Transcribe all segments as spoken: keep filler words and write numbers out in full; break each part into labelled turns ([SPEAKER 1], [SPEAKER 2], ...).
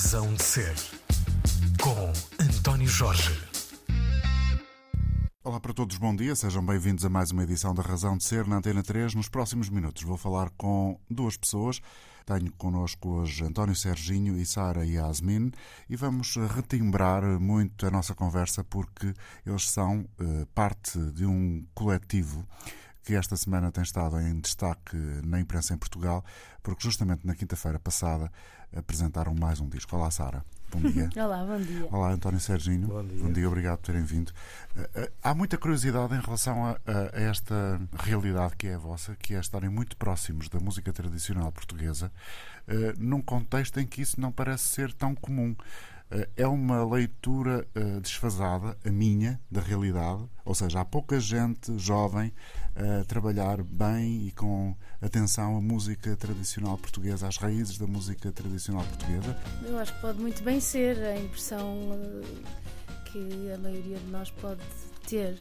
[SPEAKER 1] Razão de Ser, com António Jorge.
[SPEAKER 2] Olá para todos, bom dia, sejam bem-vindos a mais uma edição da Razão de Ser na Antena três. Nos próximos minutos vou falar com duas pessoas. Tenho connosco hoje António Serginho e Sara Yasmin e vamos retimbrar muito a nossa conversa porque eles são uh, parte de um coletivo que esta semana tem estado em destaque na imprensa em Portugal, porque justamente na quinta-feira passada apresentaram mais um disco. Olá, Sara. Bom dia.
[SPEAKER 3] Olá, bom dia.
[SPEAKER 2] Olá, António Serginho.
[SPEAKER 4] Bom dia.
[SPEAKER 2] Bom dia, obrigado por terem vindo. Há muita curiosidade em relação a, a esta realidade que é a vossa, que é estarem muito próximos da música tradicional portuguesa, num contexto em que isso não parece ser tão comum. É uma leitura uh, desfasada, a minha, da realidade, ou seja, há pouca gente jovem a uh, trabalhar bem e com atenção à música tradicional portuguesa, às raízes da música tradicional portuguesa.
[SPEAKER 3] Eu acho que pode muito bem ser a impressão uh, que a maioria de nós pode ter,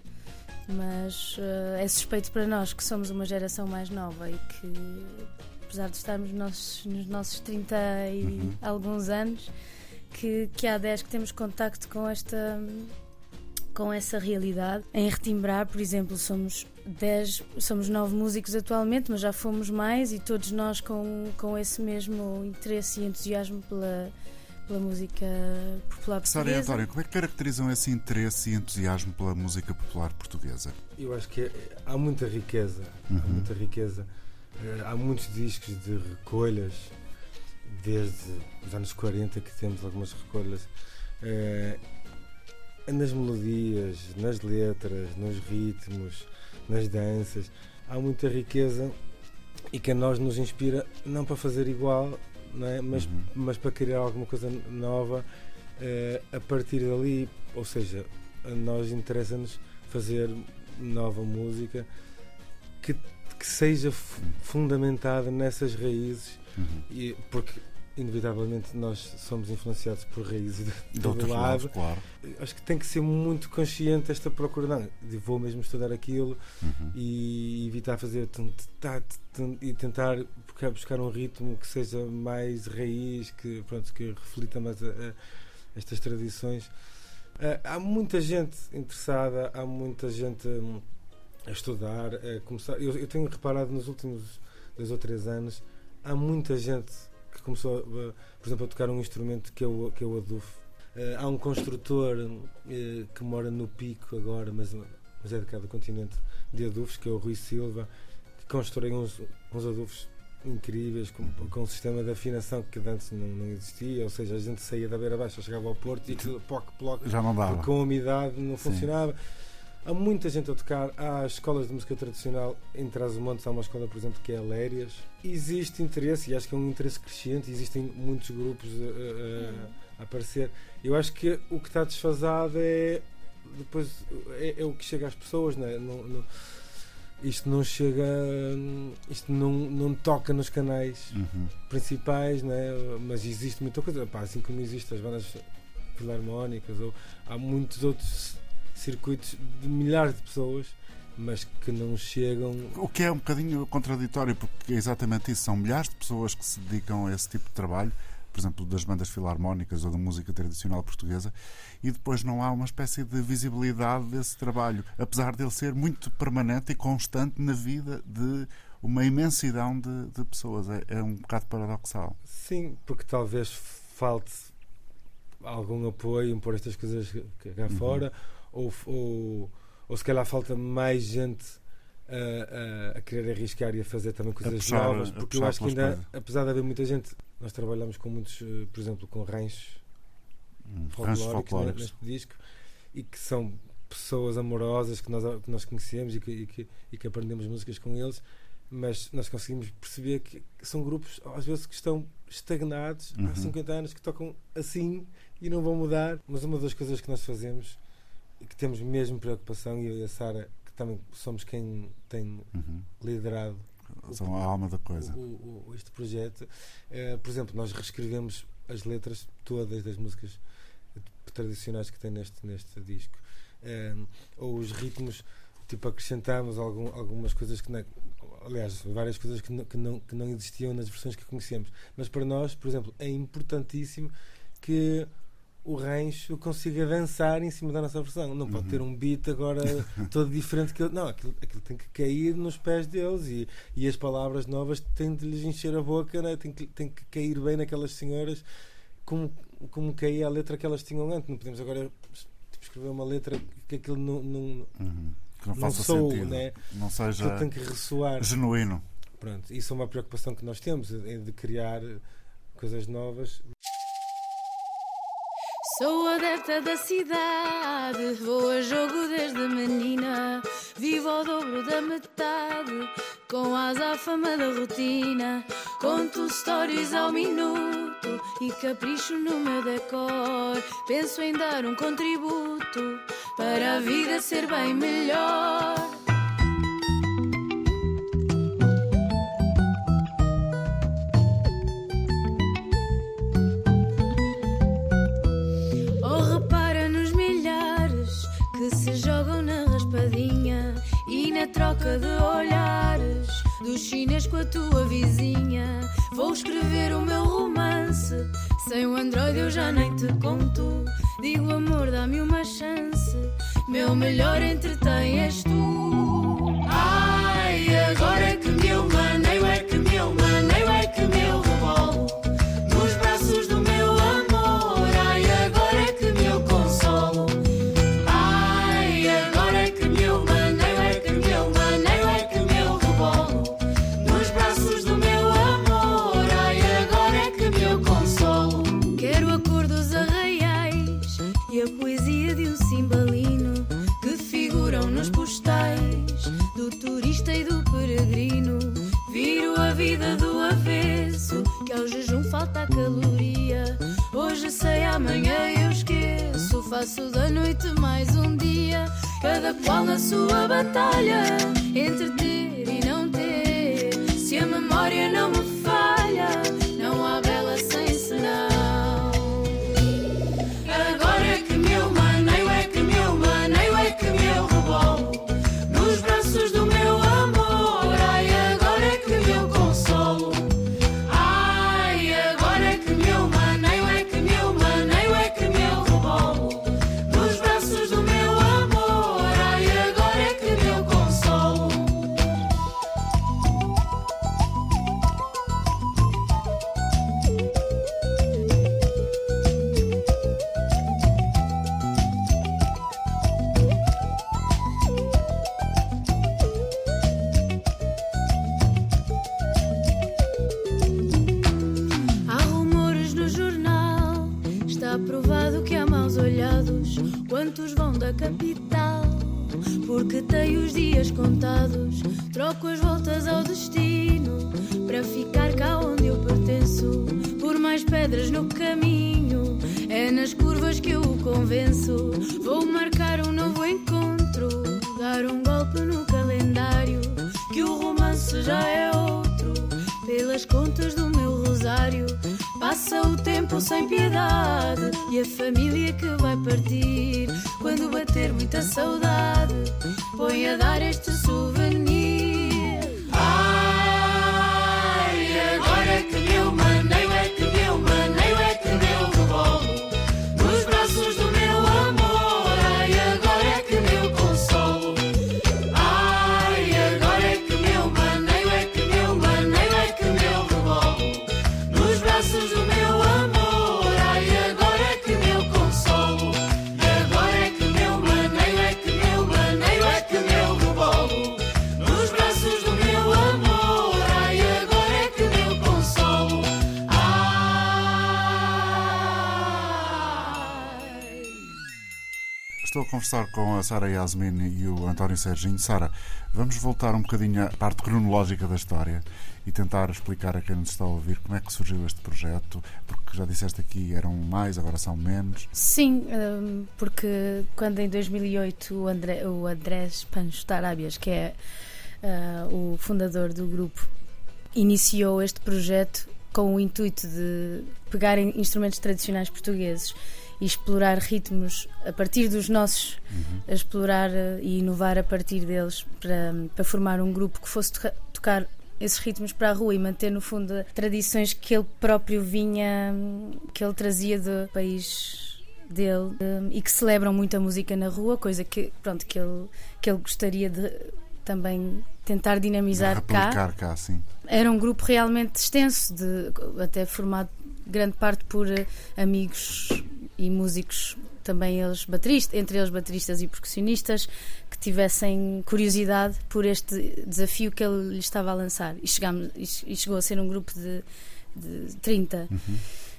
[SPEAKER 3] mas uh, é suspeito para nós que somos uma geração mais nova e que, apesar de estarmos nos, nos nossos trinta e uhum. alguns anos, Que, que há dez que temos contacto com esta com essa realidade. Em Retimbrar, por exemplo, somos dez, somos nove músicos atualmente, mas já fomos mais e todos nós com, com esse mesmo interesse e entusiasmo pela, pela música popular portuguesa.
[SPEAKER 2] Sara e António, como é que caracterizam esse interesse e entusiasmo pela música popular portuguesa?
[SPEAKER 4] Eu acho que é, há muita riqueza, uhum. há muita riqueza. Há muitos discos de recolhas desde os anos quarenta que temos algumas recolhas, eh, nas melodias, nas letras, nos ritmos, nas danças. Há muita riqueza e que a nós nos inspira não para fazer igual, não é? mas, uhum. mas para criar alguma coisa nova eh, a partir dali. Ou seja, a nós interessa-nos fazer nova música que, que seja f- fundamentada nessas raízes. Uhum. E, porque inevitavelmente nós somos influenciados por raízes de todo lado,
[SPEAKER 2] claro.
[SPEAKER 4] Acho que tem que ser muito consciente esta procura, não, de vou mesmo estudar aquilo uhum. e evitar fazer tum, tum, tum, e tentar buscar um ritmo que seja mais raiz, que, pronto, que reflita mais a, a estas tradições. Uh, há muita gente interessada, há muita gente um, a estudar, a começar. Eu, eu tenho reparado nos últimos dois ou três anos, há muita gente que começou, uh, por exemplo, a tocar um instrumento que é o, que é o adufo. Uh, há um construtor uh, que mora no Pico agora, mas, mas é de cá do continente, de adufos, que é o Rui Silva, que constrói uns, uns adufos incríveis, com, com um sistema de afinação que antes não, não existia, ou seja, a gente saía da beira baixa, chegava ao Porto e aquilo, poc, poc,
[SPEAKER 2] já não dava.
[SPEAKER 4] Com a umidade não
[SPEAKER 2] Sim.
[SPEAKER 4] funcionava. Há muita gente a tocar, há escolas de música tradicional, em Trás-os-Montes há uma escola, por exemplo, que é a Lérias. Existe interesse, e acho que é um interesse crescente, existem muitos grupos a, a, a aparecer. Eu acho que o que está desfasado é depois é, é o que chega às pessoas, não é? Não, não, isto não chega, isto não, não toca nos canais uhum. principais, não é? Mas existe muita coisa, pá, assim como existem as bandas filarmónicas, ou há muitos outros circuitos de milhares de pessoas, mas que não chegam.
[SPEAKER 2] O que é um bocadinho contraditório, porque é exatamente isso, são milhares de pessoas que se dedicam a esse tipo de trabalho, por exemplo, das bandas filarmónicas ou da música tradicional portuguesa, e depois não há uma espécie de visibilidade desse trabalho, apesar de ele ser muito permanente e constante na vida de uma imensidão de, de pessoas. É, é um bocado paradoxal.
[SPEAKER 4] Sim, porque talvez falte algum apoio por estas coisas cá uhum. fora, ou, ou, ou se calhar falta mais gente a, a, a querer arriscar e a fazer também coisas
[SPEAKER 2] puxar,
[SPEAKER 4] novas, porque eu acho que ainda,
[SPEAKER 2] coisas.
[SPEAKER 4] apesar de haver muita gente, nós trabalhamos com muitos, por exemplo, com ranchos
[SPEAKER 2] hum,
[SPEAKER 4] folclóricos, folclóricos neste disco, e que são pessoas amorosas que nós, que nós conhecemos e que, e, que, e que aprendemos músicas com eles, mas nós conseguimos perceber que são grupos às vezes que estão estagnados uhum. há cinquenta anos, que tocam assim e não vão mudar. Mas uma das coisas que nós fazemos e que temos mesmo preocupação, e eu e a Sara, que também somos quem tem uhum. liderado
[SPEAKER 2] são a alma da coisa
[SPEAKER 4] o, o, este projeto, é, por exemplo, nós reescrevemos as letras todas das músicas tradicionais que tem neste, neste disco, é, ou os ritmos, tipo, acrescentamos algum, algumas coisas que não, aliás, várias coisas que não, que, não, que não existiam nas versões que conhecemos, mas para nós, por exemplo, é importantíssimo que o rancho consiga dançar em cima da nossa versão. Não pode
[SPEAKER 2] Uhum.
[SPEAKER 4] ter um beat agora todo diferente que ele. Não, aquilo, aquilo tem que cair nos pés deles e, e as palavras novas têm de lhes encher a boca, né? tem, que, tem que cair bem naquelas senhoras como, como caía a letra que elas tinham antes. Não podemos agora tipo, escrever uma letra que aquilo não, não,
[SPEAKER 2] Uhum. Que não
[SPEAKER 4] não
[SPEAKER 2] faça
[SPEAKER 4] soa,
[SPEAKER 2] sentido.
[SPEAKER 4] né?
[SPEAKER 2] Não seja
[SPEAKER 4] Aquilo tem que ressoar.
[SPEAKER 2] genuíno.
[SPEAKER 4] Pronto, isso é uma preocupação que nós temos, é de criar coisas novas.
[SPEAKER 3] Sou adepta da cidade, vou a jogo desde menina, vivo ao dobro da metade, com asa à fama da rotina, conto stories ao minuto e capricho no meu decor, penso em dar um contributo para a vida ser bem melhor. Na troca de olhares dos chinês com a tua vizinha, vou escrever o meu romance. Sem o Android eu já nem te conto. Digo amor, dá-me uma chance. Meu melhor entretém és tu. Ai, agora é que me eu mandei, é que me eu mandei, é que me eu rebolo nos braços do meu amor. Ai, agora é que me eu consolo. Ai, agora é que me eu mandei, é que me eu mandei, é que me eu rebolo nos braços do meu amor. Ai, agora é que me eu consolo. Quero a cor dos arraiais e a poesia de um cimbalino que figuram nos postais do turista e do peregrino. Viro a vida do avesso, que ao jejum falta a caloria. Hoje sei, amanhã eu esqueço. Faço da noite mais um dia, cada qual na sua batalha entre ter e não ter. Se a memória não me falha, não há bela sem senão. Agora é que me eu maneio, é que me eu maneio, é que me eu rebolo nos braços do meu amor. Ai, agora é que me eu consolo. Ai, agora é que me eu maneio, é que me eu maneio, é que me eu rebolo nos braços do meu amor. Ai, agora é que me eu consolo. Há rumores no jornal, está provado que há maus olhados. Quantos vão da capital? Porque tenho os dias contados. Troco as voltas ao destino para ficar cá onde eu pertenço. Por mais pedras no caminho, é nas curvas que eu o convenço. Vou marcar um novo encontro, dar um golpe no calendário, que o romance já é outro. Pelas contas do meu rosário, passa o tempo sem piedade e a família que vai partir. Quando bater muita saudade, põe a dar este souvenir. Ai, agora é que me eu maneio, é que me eu maneio, é que me eu rebolo nos braços do meu amor. Ai, agora é que me eu consolo. Ai, agora é que me eu maneio, é que me eu maneio, é que me eu rebolo nos braços do meu amor. Ai, agora é que me eu consolo. Agora é que me eu maneio, é que me eu maneio, é que me eu rebolo nos braços do meu amor. Ai, agora é que me eu consolo. Ai.
[SPEAKER 2] Estou a conversar com a Sara Yasmin e o António Serginho. Sara, vamos voltar um bocadinho à parte cronológica da história e tentar explicar a quem nos está a ouvir como é que surgiu este projeto, porque já disseste aqui eram mais, agora são menos.
[SPEAKER 3] Sim, hum, porque quando em dois mil e oito o, André, o Andrés Pancho Tarabias, que é uh, o fundador do grupo, iniciou este projeto com o intuito de pegar em instrumentos tradicionais portugueses e explorar ritmos a partir dos nossos,
[SPEAKER 2] Uhum.
[SPEAKER 3] a explorar uh, e inovar a partir deles para, para formar um grupo que fosse toca- tocar esses ritmos para a rua e manter no fundo tradições que ele próprio vinha, que ele trazia do país dele, um, e que celebram muito a música na rua, coisa que, pronto, que, ele, que ele gostaria de também tentar dinamizar
[SPEAKER 2] de replicar
[SPEAKER 3] cá.
[SPEAKER 2] cá, sim.
[SPEAKER 3] Era um grupo realmente extenso, de, até formado grande parte por uh, amigos e músicos, também eles bateristas, entre eles bateristas e percussionistas, que tivessem curiosidade por este desafio que ele lhe estava a lançar. E, chegámos, e chegou a ser um grupo de, de trinta.
[SPEAKER 2] Uhum.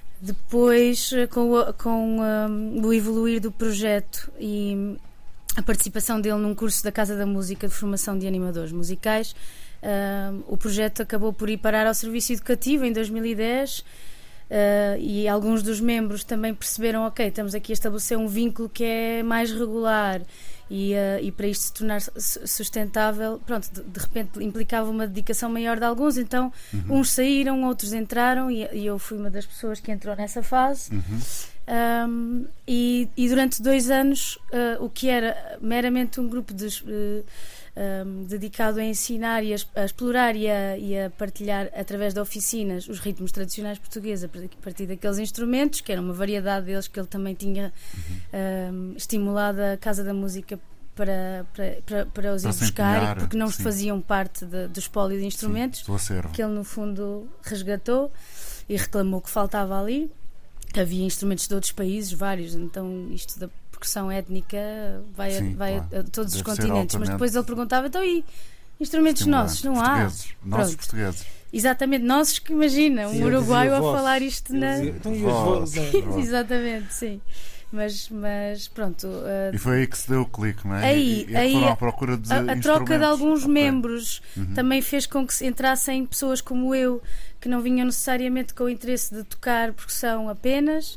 [SPEAKER 3] Depois, com, o, com um, o evoluir do projeto e a participação dele num curso da Casa da Música de formação de animadores musicais, um, o projeto acabou por ir parar ao serviço educativo em dois mil e dez. Uh, e alguns dos membros também perceberam, ok, estamos aqui a estabelecer um vínculo que é mais regular e, uh, e para isto se tornar sustentável, pronto, de, de repente implicava uma dedicação maior de alguns, então uhum. uns saíram, outros entraram e, e eu fui uma das pessoas que entrou nessa fase.
[SPEAKER 2] Uhum.
[SPEAKER 3] Um, e, e durante dois anos uh, o que era meramente um grupo de, uh, um, dedicado a ensinar e a, a explorar e a, e a partilhar através de oficinas os ritmos tradicionais portugueses a partir daqueles instrumentos, que era uma variedade deles que ele também tinha uhum. um, estimulado a Casa da Música para, para, para, para os para ir buscar, empenhar, porque não sim. faziam parte de, do espólio de instrumentos, sim, que ele no fundo resgatou e reclamou que faltava ali. Havia instrumentos de outros países, vários, então isto da percussão étnica vai,
[SPEAKER 2] sim,
[SPEAKER 3] a, vai
[SPEAKER 2] claro.
[SPEAKER 3] a, a todos
[SPEAKER 2] Deve
[SPEAKER 3] os continentes, mas depois ele perguntava, então e instrumentos nossos? Não há.
[SPEAKER 2] Nossos Pronto. portugueses.
[SPEAKER 3] Exatamente, nossos que imagina, um sim, uruguaio a falar isto na...
[SPEAKER 4] Então, e os vozes?
[SPEAKER 3] Exatamente, sim. Mas, mas pronto. Uh,
[SPEAKER 2] e foi aí que se deu o clique, não é?
[SPEAKER 3] Aí,
[SPEAKER 2] e, e
[SPEAKER 3] aí
[SPEAKER 2] foram à procura de
[SPEAKER 3] a, a troca de alguns
[SPEAKER 2] okay.
[SPEAKER 3] membros
[SPEAKER 2] uhum.
[SPEAKER 3] também fez com que entrassem pessoas como eu, que não vinham necessariamente com o interesse de tocar percussão apenas.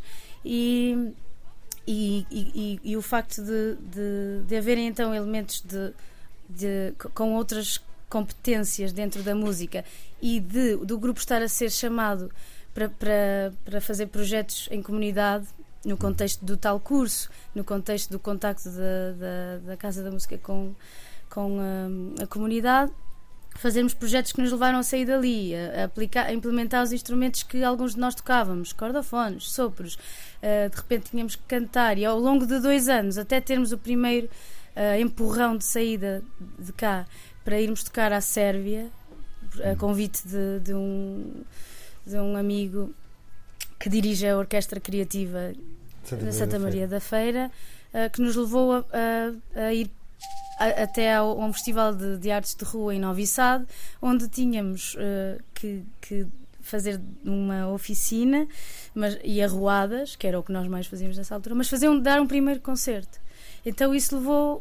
[SPEAKER 3] E, e, e, e o facto de, de, de haverem então elementos de, de, com outras competências dentro da música e de, do grupo estar a ser chamado para, para, para fazer projetos em comunidade, no contexto do tal curso, no contexto do contacto da, da, da Casa da Música com, com a, a comunidade, fazermos projetos que nos levaram a sair dali, a, aplicar, a implementar os instrumentos que alguns de nós tocávamos, cordofones, sopros, uh, de repente tínhamos que cantar, e ao longo de dois anos, até termos o primeiro uh, empurrão de saída de cá, para irmos tocar à Sérvia, a convite de, de, um, de um amigo que dirige a Orquestra Criativa da Santa Maria da Feira, uh, que nos levou a, a, a ir a, até ao, a um festival de, de artes de rua em Novi Sad, onde tínhamos uh, que, que fazer uma oficina mas, e arruadas, que era o que nós mais fazíamos nessa altura, mas fazer um, dar um primeiro concerto. Então isso levou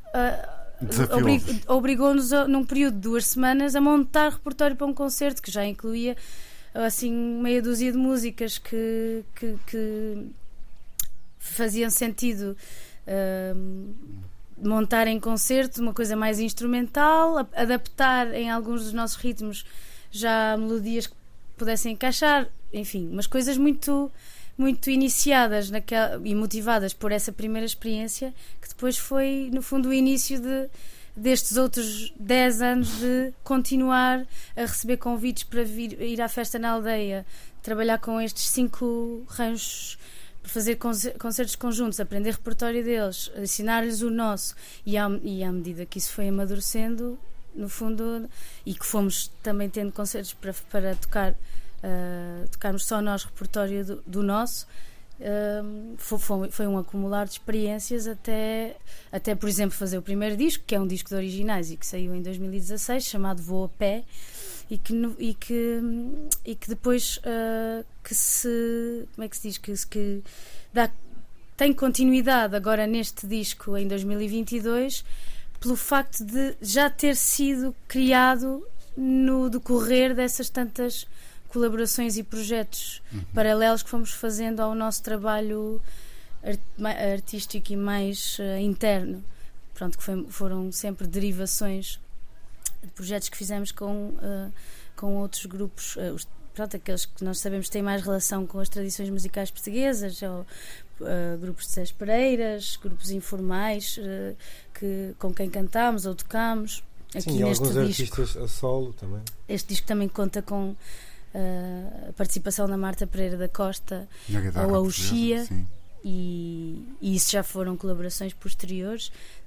[SPEAKER 3] uh, obrig, obrigou-nos a, num período de duas semanas a montar repertório para um concerto que já incluía assim meia dúzia de músicas que, que, que faziam sentido uh, montar em concerto, uma coisa mais instrumental, adaptar em alguns dos nossos ritmos já melodias que pudessem encaixar, enfim, umas coisas muito, muito iniciadas naquela, e motivadas por essa primeira experiência, que depois foi no fundo o início de destes outros dez anos de continuar a receber convites para vir, ir à festa na aldeia, trabalhar com estes cinco ranchos, para fazer concertos conjuntos, aprender repertório deles, ensinar-lhes o nosso, e à, e à medida que isso foi amadurecendo, no fundo, e que fomos também tendo concertos para, para tocar, uh, tocarmos só nós repertório do, do nosso, Uh, foi, foi um acumular de experiências até, até, por exemplo, fazer o primeiro disco, que é um disco de originais e que saiu em dois mil e dezasseis, chamado Vou a Pé, e que, e que, e que depois uh, que se como é que se diz que, que dá, tem continuidade agora neste disco em dois mil e vinte e dois, pelo facto de já ter sido criado no decorrer dessas tantas colaborações e projetos uhum. paralelos que fomos fazendo ao nosso trabalho art, artístico e mais uh, interno. Pronto, que foi, foram sempre derivações de projetos que fizemos com, uh, com outros grupos, uh, os, pronto, aqueles que nós sabemos que têm mais relação com as tradições musicais portuguesas, ou, uh, grupos de Sés Pereiras, grupos informais uh, que, com quem cantámos ou tocámos. aqui
[SPEAKER 4] Sim, e
[SPEAKER 3] neste
[SPEAKER 4] alguns
[SPEAKER 3] disco.
[SPEAKER 4] artistas a solo também.
[SPEAKER 3] Este disco também conta com uh, a participação da Marta Pereira da Costa
[SPEAKER 2] Na guitarra
[SPEAKER 3] ou a
[SPEAKER 2] portuguesa,
[SPEAKER 3] Uxia,
[SPEAKER 2] sim.
[SPEAKER 3] e, e isso já foram colaborações posteriores.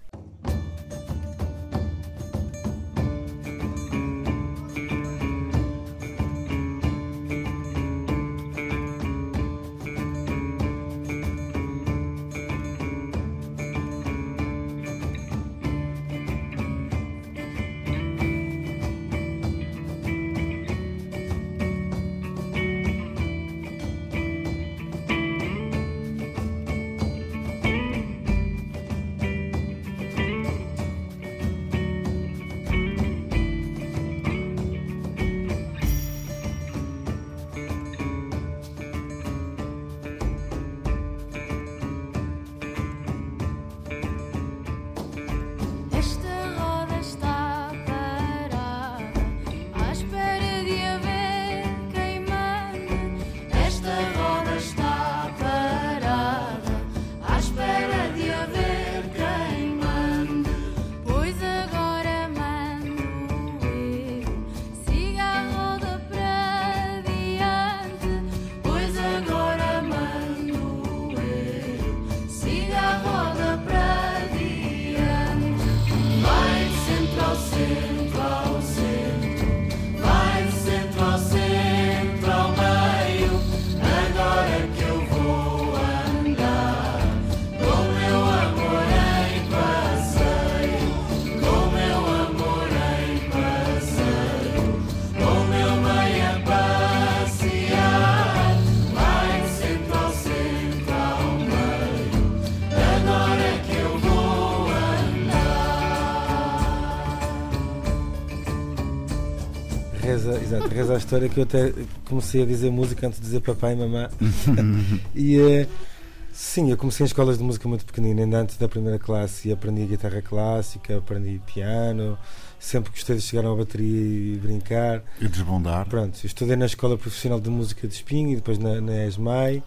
[SPEAKER 4] Reza, exato, reza a história que eu até comecei a dizer música antes de dizer papai e mamã. E uh, sim, eu comecei em escolas de música muito pequenina, ainda antes da primeira classe, e aprendi guitarra clássica, aprendi piano, sempre gostei de chegar a uma bateria e brincar.
[SPEAKER 2] E desbundar.
[SPEAKER 4] Pronto, eu estudei na Escola Profissional de Música de Espinho e depois na, na ESMAI.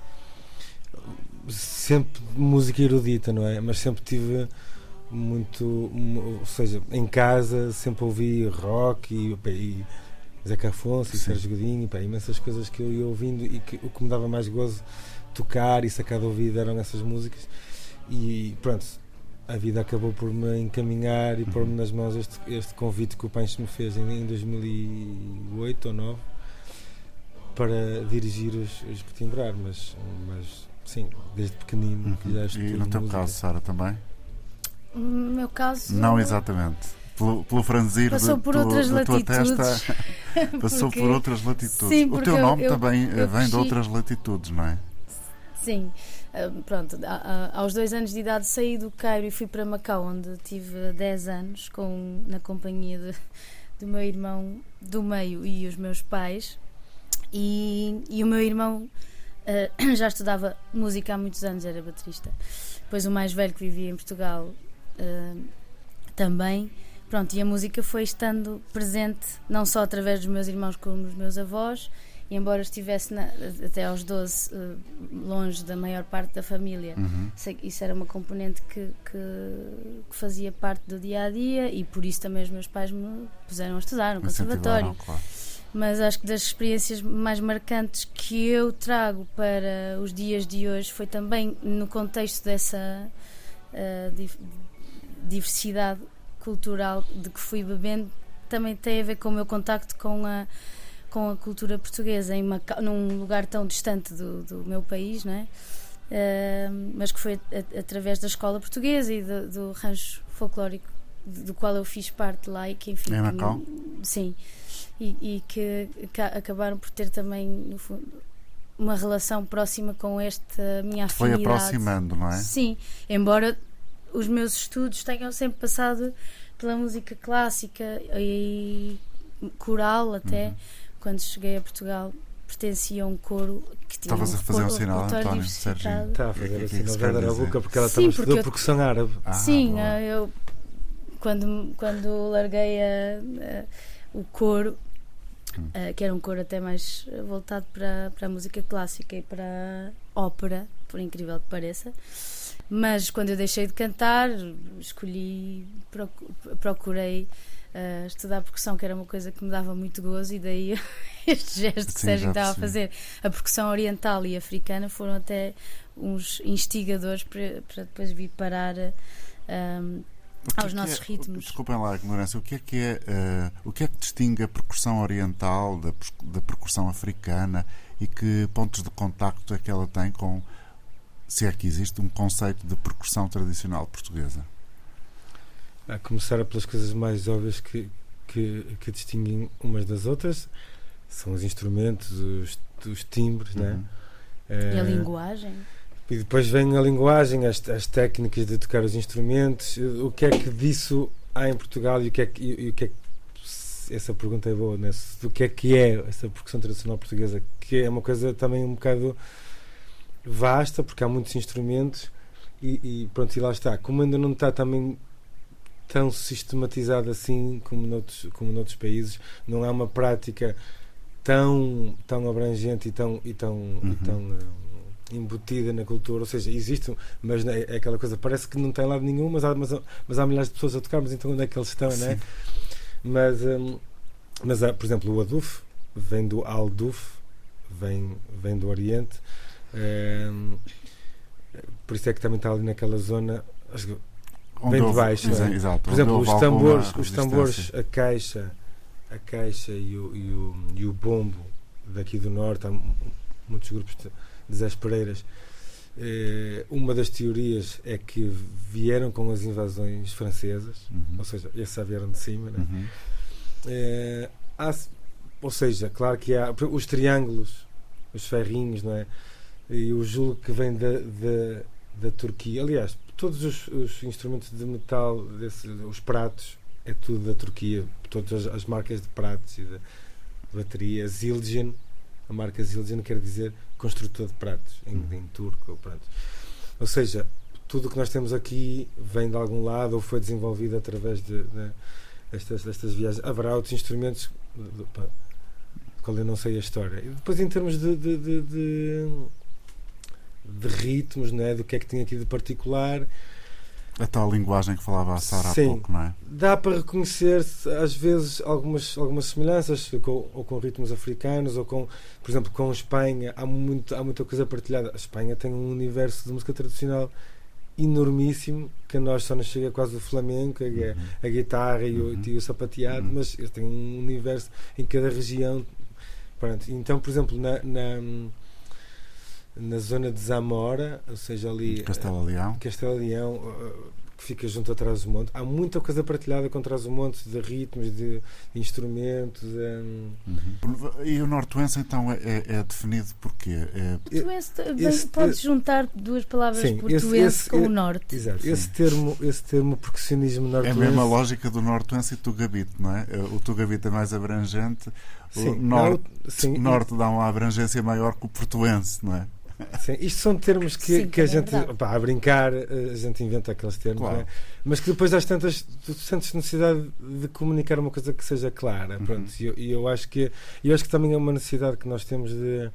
[SPEAKER 4] Sempre música erudita, não é? Mas sempre tive muito, ou seja, em casa sempre ouvi rock e, e Zeca Afonso e
[SPEAKER 2] Sim.
[SPEAKER 4] Sérgio Godinho, pá, imensas coisas que eu ia ouvindo, e que o que me dava mais gozo tocar e sacar de ouvido eram essas músicas. E pronto, a vida acabou por me encaminhar e uhum. pôr-me nas mãos este, este convite que o Pancho me fez em, em dois mil e oito ou dois mil e nove para dirigir os, os Petimbrar, mas, mas sim, desde pequenino
[SPEAKER 2] uhum.
[SPEAKER 4] já estudo
[SPEAKER 2] E no teu
[SPEAKER 4] música.
[SPEAKER 2] caso, Sara, também?
[SPEAKER 3] No meu caso...
[SPEAKER 2] Não exatamente. Pelo, pelo franzir
[SPEAKER 3] passou
[SPEAKER 2] de,
[SPEAKER 3] por
[SPEAKER 2] tu,
[SPEAKER 3] outras
[SPEAKER 2] da tua
[SPEAKER 3] latitudes.
[SPEAKER 2] testa, passou
[SPEAKER 3] Porque...
[SPEAKER 2] por outras latitudes.
[SPEAKER 3] Sim,
[SPEAKER 2] o teu
[SPEAKER 3] eu,
[SPEAKER 2] nome
[SPEAKER 3] eu,
[SPEAKER 2] também
[SPEAKER 3] eu
[SPEAKER 2] vem
[SPEAKER 3] cresci...
[SPEAKER 2] de outras latitudes, não é?
[SPEAKER 3] Sim, uh, pronto, a, a, aos dois anos de idade saí do Cairo e fui para Macau, onde tive dez anos com, na companhia de, do meu irmão do meio e os meus pais, e, e o meu irmão uh, já estudava música há muitos anos, era baterista. Depois o mais velho, que vivia em Portugal, uh, também. Pronto, e a música foi estando presente não só através dos meus irmãos como dos meus avós, e embora eu estivesse na, até aos doze uh, longe da maior parte da família,
[SPEAKER 2] uhum.
[SPEAKER 3] sei que isso era uma componente que, que, que fazia parte do dia a dia, e por isso também os meus pais me puseram a estudar no conservatório.
[SPEAKER 2] Claro.
[SPEAKER 3] Mas acho que das experiências mais marcantes que eu trago para os dias de hoje foi também no contexto dessa uh, dif- diversidade cultural de que fui bebendo, também tem a ver com o meu contacto com a, com a cultura portuguesa em Macau, num lugar tão distante do, do meu país, não é? Uh, mas que foi a, através da escola portuguesa e do, do rancho folclórico do qual eu fiz parte lá, e que enfim,
[SPEAKER 2] em Macau?
[SPEAKER 3] Que, sim, e, e que, que acabaram por ter também no fundo uma relação próxima com esta minha afinidade.
[SPEAKER 2] Foi aproximando, não é?
[SPEAKER 3] Sim, embora os meus estudos tenham sempre passado pela música clássica e coral até. Uhum. Quando cheguei a Portugal pertencia a um coro que tinha
[SPEAKER 2] Estavas
[SPEAKER 3] um
[SPEAKER 2] a fazer um sinal, António,
[SPEAKER 3] Serginho?
[SPEAKER 4] Estava a fazer o sinal, vai dar a boca porque ela estava a estudar percussão árabe.
[SPEAKER 2] Ah,
[SPEAKER 3] sim,
[SPEAKER 2] boa.
[SPEAKER 3] eu quando, quando larguei a, a, o coro, hum. a, que era um coro até mais voltado para, para a música clássica e para a ópera, por incrível que pareça. Mas quando eu deixei de cantar, escolhi, procurei a estudar percussão, que era uma coisa que me dava muito gozo, e daí este gesto que
[SPEAKER 2] Sim,
[SPEAKER 3] Sérgio
[SPEAKER 2] já
[SPEAKER 3] estava a
[SPEAKER 2] percebi.
[SPEAKER 3] fazer. A percussão oriental e africana foram até uns instigadores para, para depois vir parar um,
[SPEAKER 2] O que
[SPEAKER 3] aos
[SPEAKER 2] é que
[SPEAKER 3] nossos
[SPEAKER 2] é-
[SPEAKER 3] ritmos.
[SPEAKER 2] Desculpem lá a ignorância. O que é que é, eh, o que é que distingue a percussão oriental da, pers- da percussão africana, e que pontos de contacto é que ela tem com, se é que existe, um conceito de percussão tradicional portuguesa?
[SPEAKER 4] A começar pelas coisas mais óbvias que, que, que distinguem umas das outras, são os instrumentos, os, os timbres,
[SPEAKER 2] Uhum.
[SPEAKER 4] né?
[SPEAKER 3] E a
[SPEAKER 4] Eh,
[SPEAKER 3] linguagem.
[SPEAKER 4] E depois vem a linguagem, as, as técnicas de tocar os instrumentos. O que é que disso há em Portugal, e o que é que, e, e o que, é que essa pergunta é boa, né? O que é que é essa percussão tradicional portuguesa, que é uma coisa também um bocado vasta, porque há muitos instrumentos e, e pronto, e lá está. Como ainda não está também tão sistematizado assim como noutros, como noutros países, não há uma prática tão, tão abrangente e tão, e tão,
[SPEAKER 2] Uhum.
[SPEAKER 4] e tão uh, embutida na cultura, ou seja, existe, mas é, é aquela coisa, parece que não tem lado nenhum, mas há, mas, há- mas há milhares de pessoas a tocar, mas então onde é que eles estão,
[SPEAKER 2] Sim.
[SPEAKER 4] né? Mas, um, mas há, por exemplo, o aduf vem do alduf, vem, vem do Oriente, um, por isso é que também está ali naquela zona, acho que
[SPEAKER 2] Onde
[SPEAKER 4] bem de
[SPEAKER 2] houve-
[SPEAKER 4] baixo,
[SPEAKER 2] exa-
[SPEAKER 4] não é?
[SPEAKER 2] exato,
[SPEAKER 4] por
[SPEAKER 2] onde
[SPEAKER 4] exemplo,
[SPEAKER 2] houve
[SPEAKER 4] os
[SPEAKER 2] alguma
[SPEAKER 4] tambores, os
[SPEAKER 2] resistência.
[SPEAKER 4] tambores, a caixa, a caixa e o, e o, e o bombo daqui do norte, há mu- muitos grupos de, de Zés Pereiras. Eh, uma das teorias é que vieram com as invasões francesas,
[SPEAKER 2] Uhum.
[SPEAKER 4] ou seja, esses já vieram de cima, né?
[SPEAKER 2] Uhum.
[SPEAKER 4] Eh, há, ou seja, claro que há os triângulos, os ferrinhos, não é? E eu julgo que vem da, da, da Turquia. Aliás, todos os, os instrumentos de metal, desse, os pratos, é tudo da Turquia. Todas as, as marcas de pratos e de bateria. Zildjian, a marca Zildjian quer dizer construtor de pratos, em, em turco. Pronto. Ou seja, tudo o que nós temos aqui vem de algum lado ou foi desenvolvido através de, de estas, destas viagens. Haverá outros instrumentos de, de, pá, de qual eu não sei a história. E depois, em termos de, de, de, de, de ritmos, não é? Do que é que tem aqui de particular,
[SPEAKER 2] A tal linguagem que falava a Sara há
[SPEAKER 4] Sim.
[SPEAKER 2] pouco, não é?
[SPEAKER 4] dá para reconhecer às vezes algumas, algumas semelhanças com, ou com ritmos africanos ou com, por exemplo, com a Espanha. Há, muito, há muita coisa partilhada. A Espanha tem um universo de música tradicional enormíssimo, que a nós só nos chega quase o flamenco, a,
[SPEAKER 2] Uhum.
[SPEAKER 4] a guitarra e o,
[SPEAKER 2] Uhum.
[SPEAKER 4] e o sapateado,
[SPEAKER 2] Uhum.
[SPEAKER 4] mas eles têm um universo em cada região. Pronto. Então, por exemplo, na, na, na zona de Zamora, ou seja, ali
[SPEAKER 2] Castelo Leão.
[SPEAKER 4] Castelo Leão, uh, que fica junto a Trás-os-Montes, há muita coisa partilhada com Trás-os-Montes, de ritmos, de, de instrumentos. Um,
[SPEAKER 2] Uhum. E o nortuense então é, é- é definido por quê? É,
[SPEAKER 3] Portuense, bem,
[SPEAKER 4] esse-
[SPEAKER 3] podes juntar duas palavras,
[SPEAKER 4] Sim,
[SPEAKER 3] portuense
[SPEAKER 4] esse- esse-
[SPEAKER 3] com o
[SPEAKER 4] esse-
[SPEAKER 3] norte.
[SPEAKER 4] exato.
[SPEAKER 2] Sim.
[SPEAKER 4] Esse termo, esse termo percussionismo
[SPEAKER 2] é a
[SPEAKER 4] nortuense.
[SPEAKER 2] mesma lógica do nortuense e tugabite, não é? O tugabite é mais abrangente, o
[SPEAKER 4] Sim,
[SPEAKER 2] norte,
[SPEAKER 4] não, sim,
[SPEAKER 2] o norte dá uma abrangência maior que o portuense, não é?
[SPEAKER 4] sim, isto são termos que,
[SPEAKER 3] Sim,
[SPEAKER 4] que a
[SPEAKER 3] também é
[SPEAKER 4] gente,
[SPEAKER 3] verdade.
[SPEAKER 4] pá, a brincar, a gente inventa aqueles termos,
[SPEAKER 2] Claro.
[SPEAKER 4] não é? Mas que depois às tantas tu sentes necessidade de comunicar uma coisa que seja clara.
[SPEAKER 2] Uhum.
[SPEAKER 4] Pronto, e eu, e eu acho que eu acho que também é uma necessidade que nós temos de.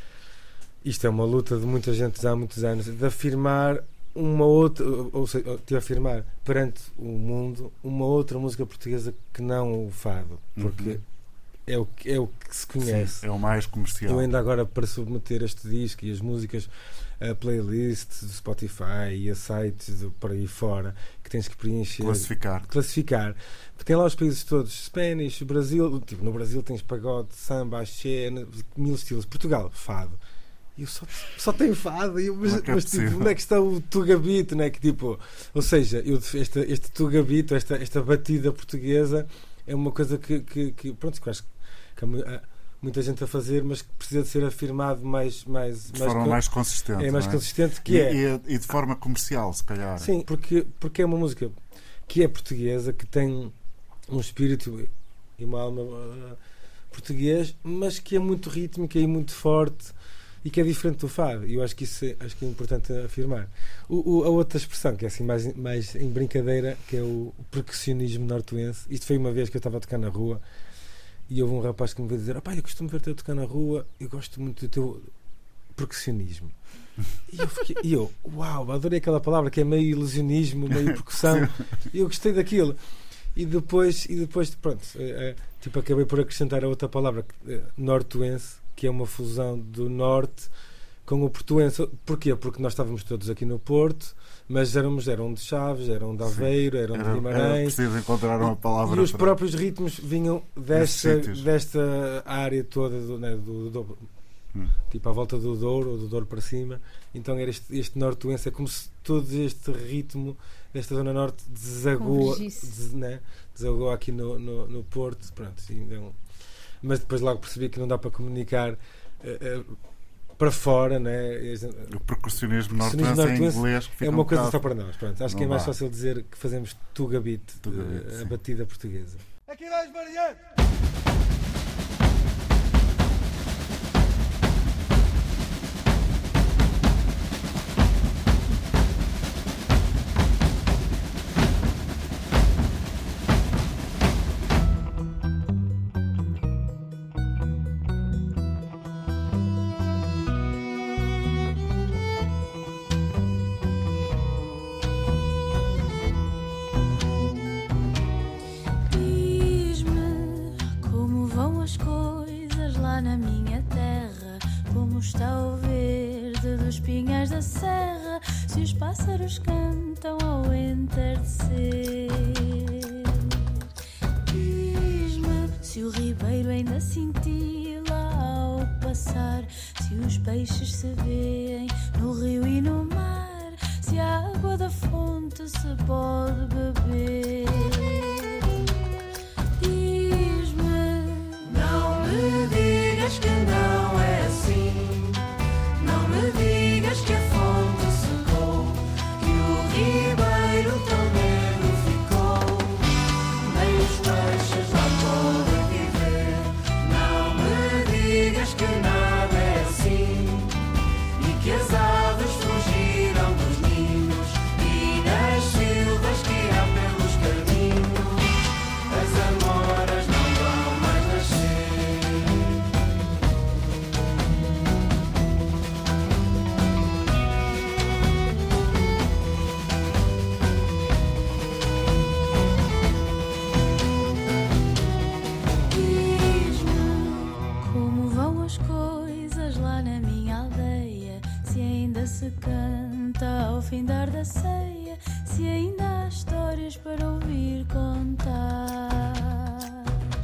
[SPEAKER 4] Isto é uma luta de muita gente já há muitos anos, de afirmar uma outra, ou seja, de afirmar perante o mundo uma outra música portuguesa que não o fado, porque
[SPEAKER 2] Uhum.
[SPEAKER 4] é, o, que- é o que se conhece.
[SPEAKER 2] Sim, é o mais comercial.
[SPEAKER 4] Eu ainda agora, para submeter este disco e as músicas a playlists do Spotify e a sites de, por aí fora, que tens que preencher,
[SPEAKER 2] Classificar.
[SPEAKER 4] classificar, tem lá os países todos, Spanish, Brasil, tipo, no Brasil tens pagode, samba, axé, mil estilos. Portugal, fado. E eu só, só tenho fado, e eu, mas,
[SPEAKER 2] Como é que é
[SPEAKER 4] mas, tipo,
[SPEAKER 2] possível?
[SPEAKER 4] onde é que está o tugabito, né? Que tipo, ou seja, eu, este, este tugabito, esta, esta batida portuguesa é uma coisa que, que, que pronto, que eu acho que há mu- há muita gente a fazer, mas que precisa de ser afirmado mais, mais,
[SPEAKER 2] De
[SPEAKER 4] mais,
[SPEAKER 2] forma
[SPEAKER 4] con-
[SPEAKER 2] mais consistente.
[SPEAKER 4] é mais
[SPEAKER 2] não
[SPEAKER 4] consistente, que
[SPEAKER 2] e,
[SPEAKER 4] é
[SPEAKER 2] e- e de forma comercial, se calhar.
[SPEAKER 4] sim, porque, porque é uma música que é portuguesa, que tem um espírito e uma alma uh, português, mas que é muito rítmica e muito forte e que é diferente do fado. E eu acho que isso é, acho que é importante afirmar. O, o- a outra expressão, que é assim mais, mais em brincadeira, que é o, o percussionismo nortuense. Isto foi uma vez que eu estava a tocar na rua e houve um rapaz que me veio dizer: "Opá, eu costumo ver-te a tocar na rua, eu gosto muito do teu percussionismo." E eu, fiquei, e eu, uau, adorei aquela palavra que é meio ilusionismo, meio percussão. E eu gostei daquilo. E depois, e depois pronto, é, é, tipo, acabei por acrescentar a outra palavra, é, nortuense, que é uma fusão do norte com o portuense. Porquê? Porque nós estávamos todos aqui no Porto, mas éramos, eram de Chaves, eram de Aveiro, eram
[SPEAKER 2] era,
[SPEAKER 4] de Guimarães.
[SPEAKER 2] Era preciso encontrar uma palavra.
[SPEAKER 4] E os
[SPEAKER 2] para...
[SPEAKER 4] próprios ritmos vinham desta, desta área toda do, né, do, do hum. tipo à volta do Douro, ou do Douro para cima. Então era este, este nortuense, é como se todo este ritmo desta zona norte desagou, des, né, desagou aqui no, no, no Porto. Pronto, então, mas depois logo percebi que não dá para comunicar uh, uh, para fora, né?
[SPEAKER 2] O percussionismo nortuense em inglês
[SPEAKER 4] é uma
[SPEAKER 2] um
[SPEAKER 4] coisa
[SPEAKER 2] bocado...
[SPEAKER 4] só para nós. Pronto, acho não que é mais vá. fácil dizer que fazemos tuga beat,
[SPEAKER 2] tuga beat
[SPEAKER 4] uh, a batida portuguesa.
[SPEAKER 5] Aqui vais variante!
[SPEAKER 6] Pássaros cantam ao entardecer. Diz-me se o ribeiro ainda cintila ao passar, se os peixes se vêem no rio e no mar, se a água da fonte se pode beber. Diz-me, não me digas que não é assim, não me digas que a fonte ribeiro também não ficou, nem os peixes lá podem viver. Não me digas que nada é assim, e que as aves fugiram dos ninhos, e nas silvas que há pelos caminhos as amoras não vão mais nascer. Se canta ao findar da ceia, se ainda há histórias para ouvir contar.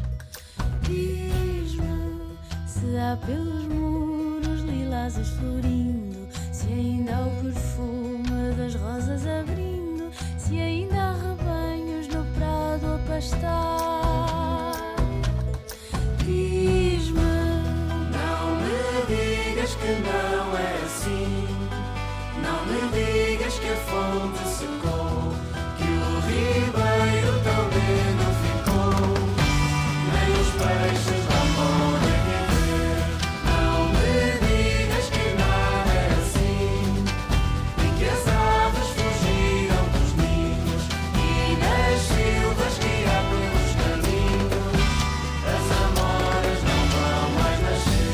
[SPEAKER 6] Diz-me se há pelos muros lilazes florindo, se ainda há o perfume das rosas abrindo, se ainda há rebanhos no prado a pastar. Diz-me, não me digas que não é assim, não me digas que a fonte secou, que o ribeiro também não ficou, nem os peixes lá podem viver. Não me digas que nada é assim, e que as aves fugiram dos ninhos, e nas silvas que há pelos caminhos as amoras não vão mais nascer.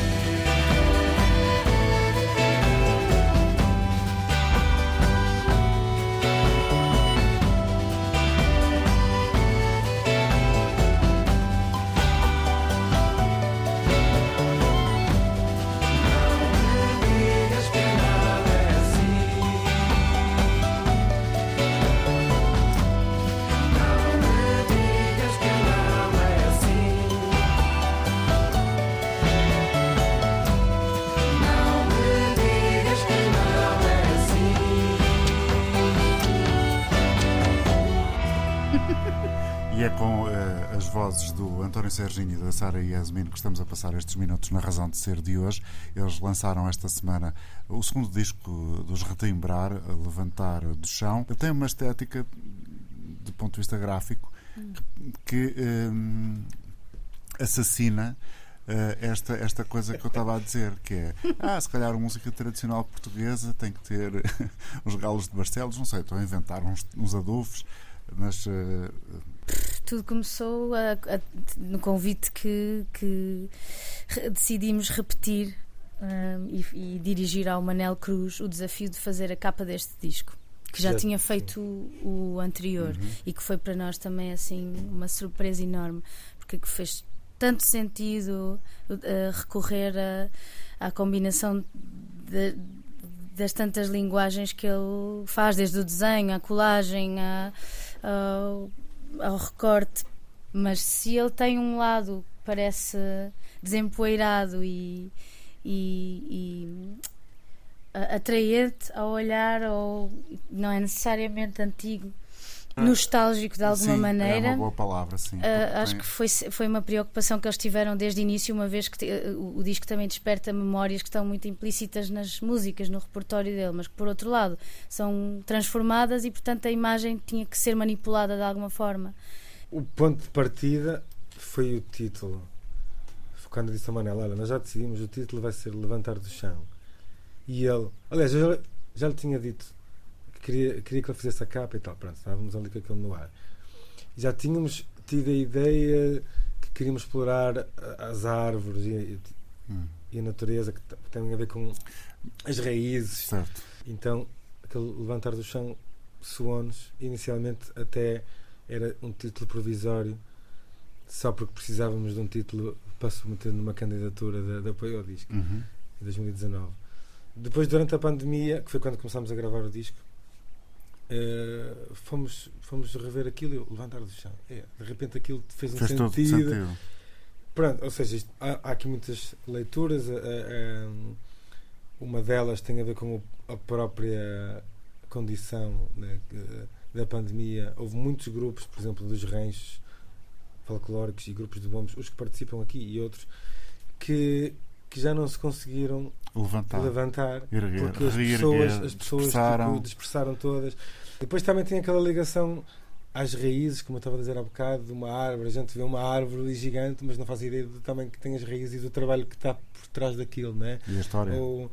[SPEAKER 2] E é com uh, as vozes do António Serginho e da Sara Yasmin que estamos a passar estes minutos na Razão de Ser de hoje. Eles lançaram esta semana o segundo disco dos Retimbrar, Levantar do Chão. Ele tem uma estética, do ponto de vista gráfico, hum. que, que um, assassina uh, esta, esta coisa que eu estava a dizer, que é, ah, se calhar a música tradicional portuguesa tem que ter os galos de Barcelos, não sei, estou a inventar uns, uns adufes, mas... Uh,
[SPEAKER 3] tudo começou a, a, no convite que, que re, decidimos repetir um, e, e dirigir ao Manel Cruz o desafio de fazer a capa deste disco. que já,
[SPEAKER 4] Já,
[SPEAKER 3] tinha feito o, o anterior
[SPEAKER 2] Uhum.
[SPEAKER 3] e que foi para nós também assim uma surpresa enorme, porque que fez tanto sentido uh, recorrer a, à combinação de, das tantas linguagens que ele faz, desde o desenho, à colagem, à, ao, ao recorte. Mas se ele tem um lado que parece desempoeirado e, e, e atraente ao olhar, ou não é necessariamente antigo, nostálgico de alguma
[SPEAKER 2] sim,
[SPEAKER 3] maneira.
[SPEAKER 2] É uma boa palavra, sim.
[SPEAKER 3] Uh, acho
[SPEAKER 2] tem...
[SPEAKER 3] que foi, foi uma preocupação que eles tiveram desde o início, uma vez que te, o, o disco também desperta memórias que estão muito implícitas nas músicas, no repertório dele, mas que por outro lado são transformadas e portanto a imagem tinha que ser manipulada de alguma forma.
[SPEAKER 4] O ponto de partida foi o título. Quando eu disse ao Manel, olha, nós já decidimos, o título vai ser Levantar do Chão. E ele, aliás, eu já, já lhe tinha dito que queria, queria que ele fizesse a capa e tal. Pronto, estávamos ali com aquilo no ar. E já tínhamos tido a ideia que queríamos explorar as árvores e, hum. e a natureza, que tem a ver com as raízes.
[SPEAKER 2] Certo.
[SPEAKER 4] Então, aquele Levantar do Chão soou-nos, inicialmente até era um título provisório, só porque precisávamos de um título para submeter numa candidatura de, de apoio ao disco,
[SPEAKER 2] uhum.
[SPEAKER 4] em dois mil e dezanove. Depois, durante a pandemia, que foi quando começámos a gravar o disco, uh, fomos, fomos rever aquilo e Levantar do Chão. É, de repente aquilo fez um
[SPEAKER 2] fez
[SPEAKER 4] sentido.
[SPEAKER 2] Todo sentido.
[SPEAKER 4] Pronto, ou seja, isto, há, há aqui muitas leituras. Uh, uh, uma delas tem a ver com a própria condição, né, da pandemia. Houve muitos grupos, por exemplo, dos ranchos folclóricos e grupos de bombos, os que participam aqui e outros, que, que já não se conseguiram
[SPEAKER 2] levantar,
[SPEAKER 4] levantar
[SPEAKER 2] erguer,
[SPEAKER 4] porque as
[SPEAKER 2] reerguer,
[SPEAKER 4] pessoas, as pessoas
[SPEAKER 2] dispersaram.
[SPEAKER 4] Tipo, dispersaram todas. Depois também tem aquela ligação às raízes, como eu estava a dizer há bocado, de uma árvore. A gente vê uma árvore gigante, mas não faz ideia do tamanho que tem as raízes e do trabalho que está por trás daquilo, né?
[SPEAKER 2] E a história.
[SPEAKER 4] Ou,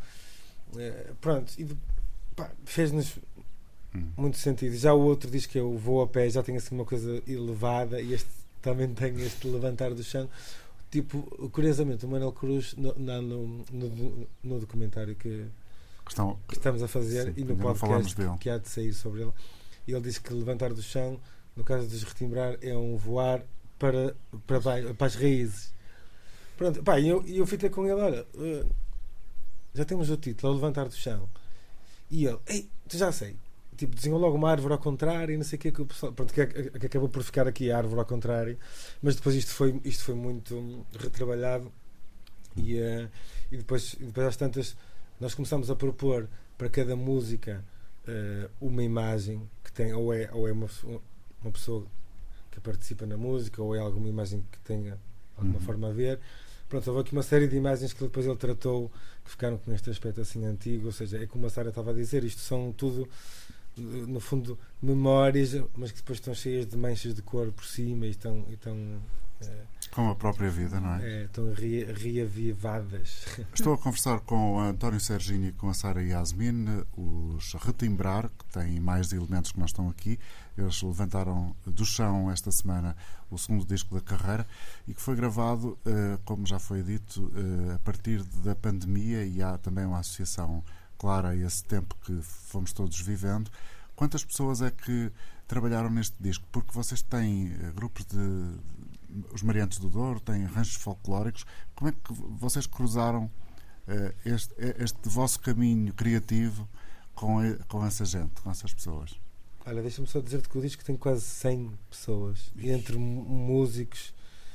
[SPEAKER 4] é, pronto, e pá, fez-nos
[SPEAKER 2] hum.
[SPEAKER 4] muito sentido. Já o outro diz que eu vou a pé, já tem assim uma coisa elevada, e este também tem este levantar do chão. Tipo, curiosamente, o Manuel Cruz no, no, no, no documentário que,
[SPEAKER 2] que, estão,
[SPEAKER 4] que estamos a fazer,
[SPEAKER 2] sim,
[SPEAKER 4] e no podcast que há de sair sobre ele, ele diz que levantar do chão, no caso de retimbrar, é um voar para, para, baixo, para as raízes. Pronto, pá, e eu, eu fui ter com ele, olha, uh, já temos o título, levantar do chão. E ele, ei, tu já sei. Tipo, desenhou logo uma árvore ao contrário e não sei o que, que o pessoal. Pronto, que, que acabou por ficar aqui a árvore ao contrário, mas depois isto foi, isto foi muito um, retrabalhado e, uh, e, depois, e depois às tantas nós começámos a propor para cada música uh, uma imagem que tem, ou é, ou é uma, uma pessoa que participa na música, ou é alguma imagem que tenha alguma uhum. forma a ver. Pronto, houve aqui uma série de imagens que depois ele tratou que ficaram com este aspecto assim antigo, ou seja, é como a Sara estava a dizer, isto são tudo, no fundo, memórias, mas que depois estão cheias de manchas de cor por cima e estão, e estão é,
[SPEAKER 2] com a própria vida, não é?
[SPEAKER 4] é estão re, reavivadas.
[SPEAKER 2] Estou a conversar com o António Serginho e com a Sara Yasmin, os Retimbrar, que têm mais elementos que não estão aqui. Eles levantaram do chão esta semana o segundo disco da carreira e que foi gravado, como já foi dito, a partir da pandemia, e há também uma associação clara a esse tempo que fomos todos vivendo. Quantas pessoas é que trabalharam neste disco? Porque vocês têm grupos de... os Mariantes do Douro, têm ranchos folclóricos. Como é que vocês cruzaram este, este vosso caminho criativo com, com essa gente, com essas pessoas?
[SPEAKER 4] Olha, deixa-me só dizer-te que o disco tem quase cem pessoas, e entre músicos,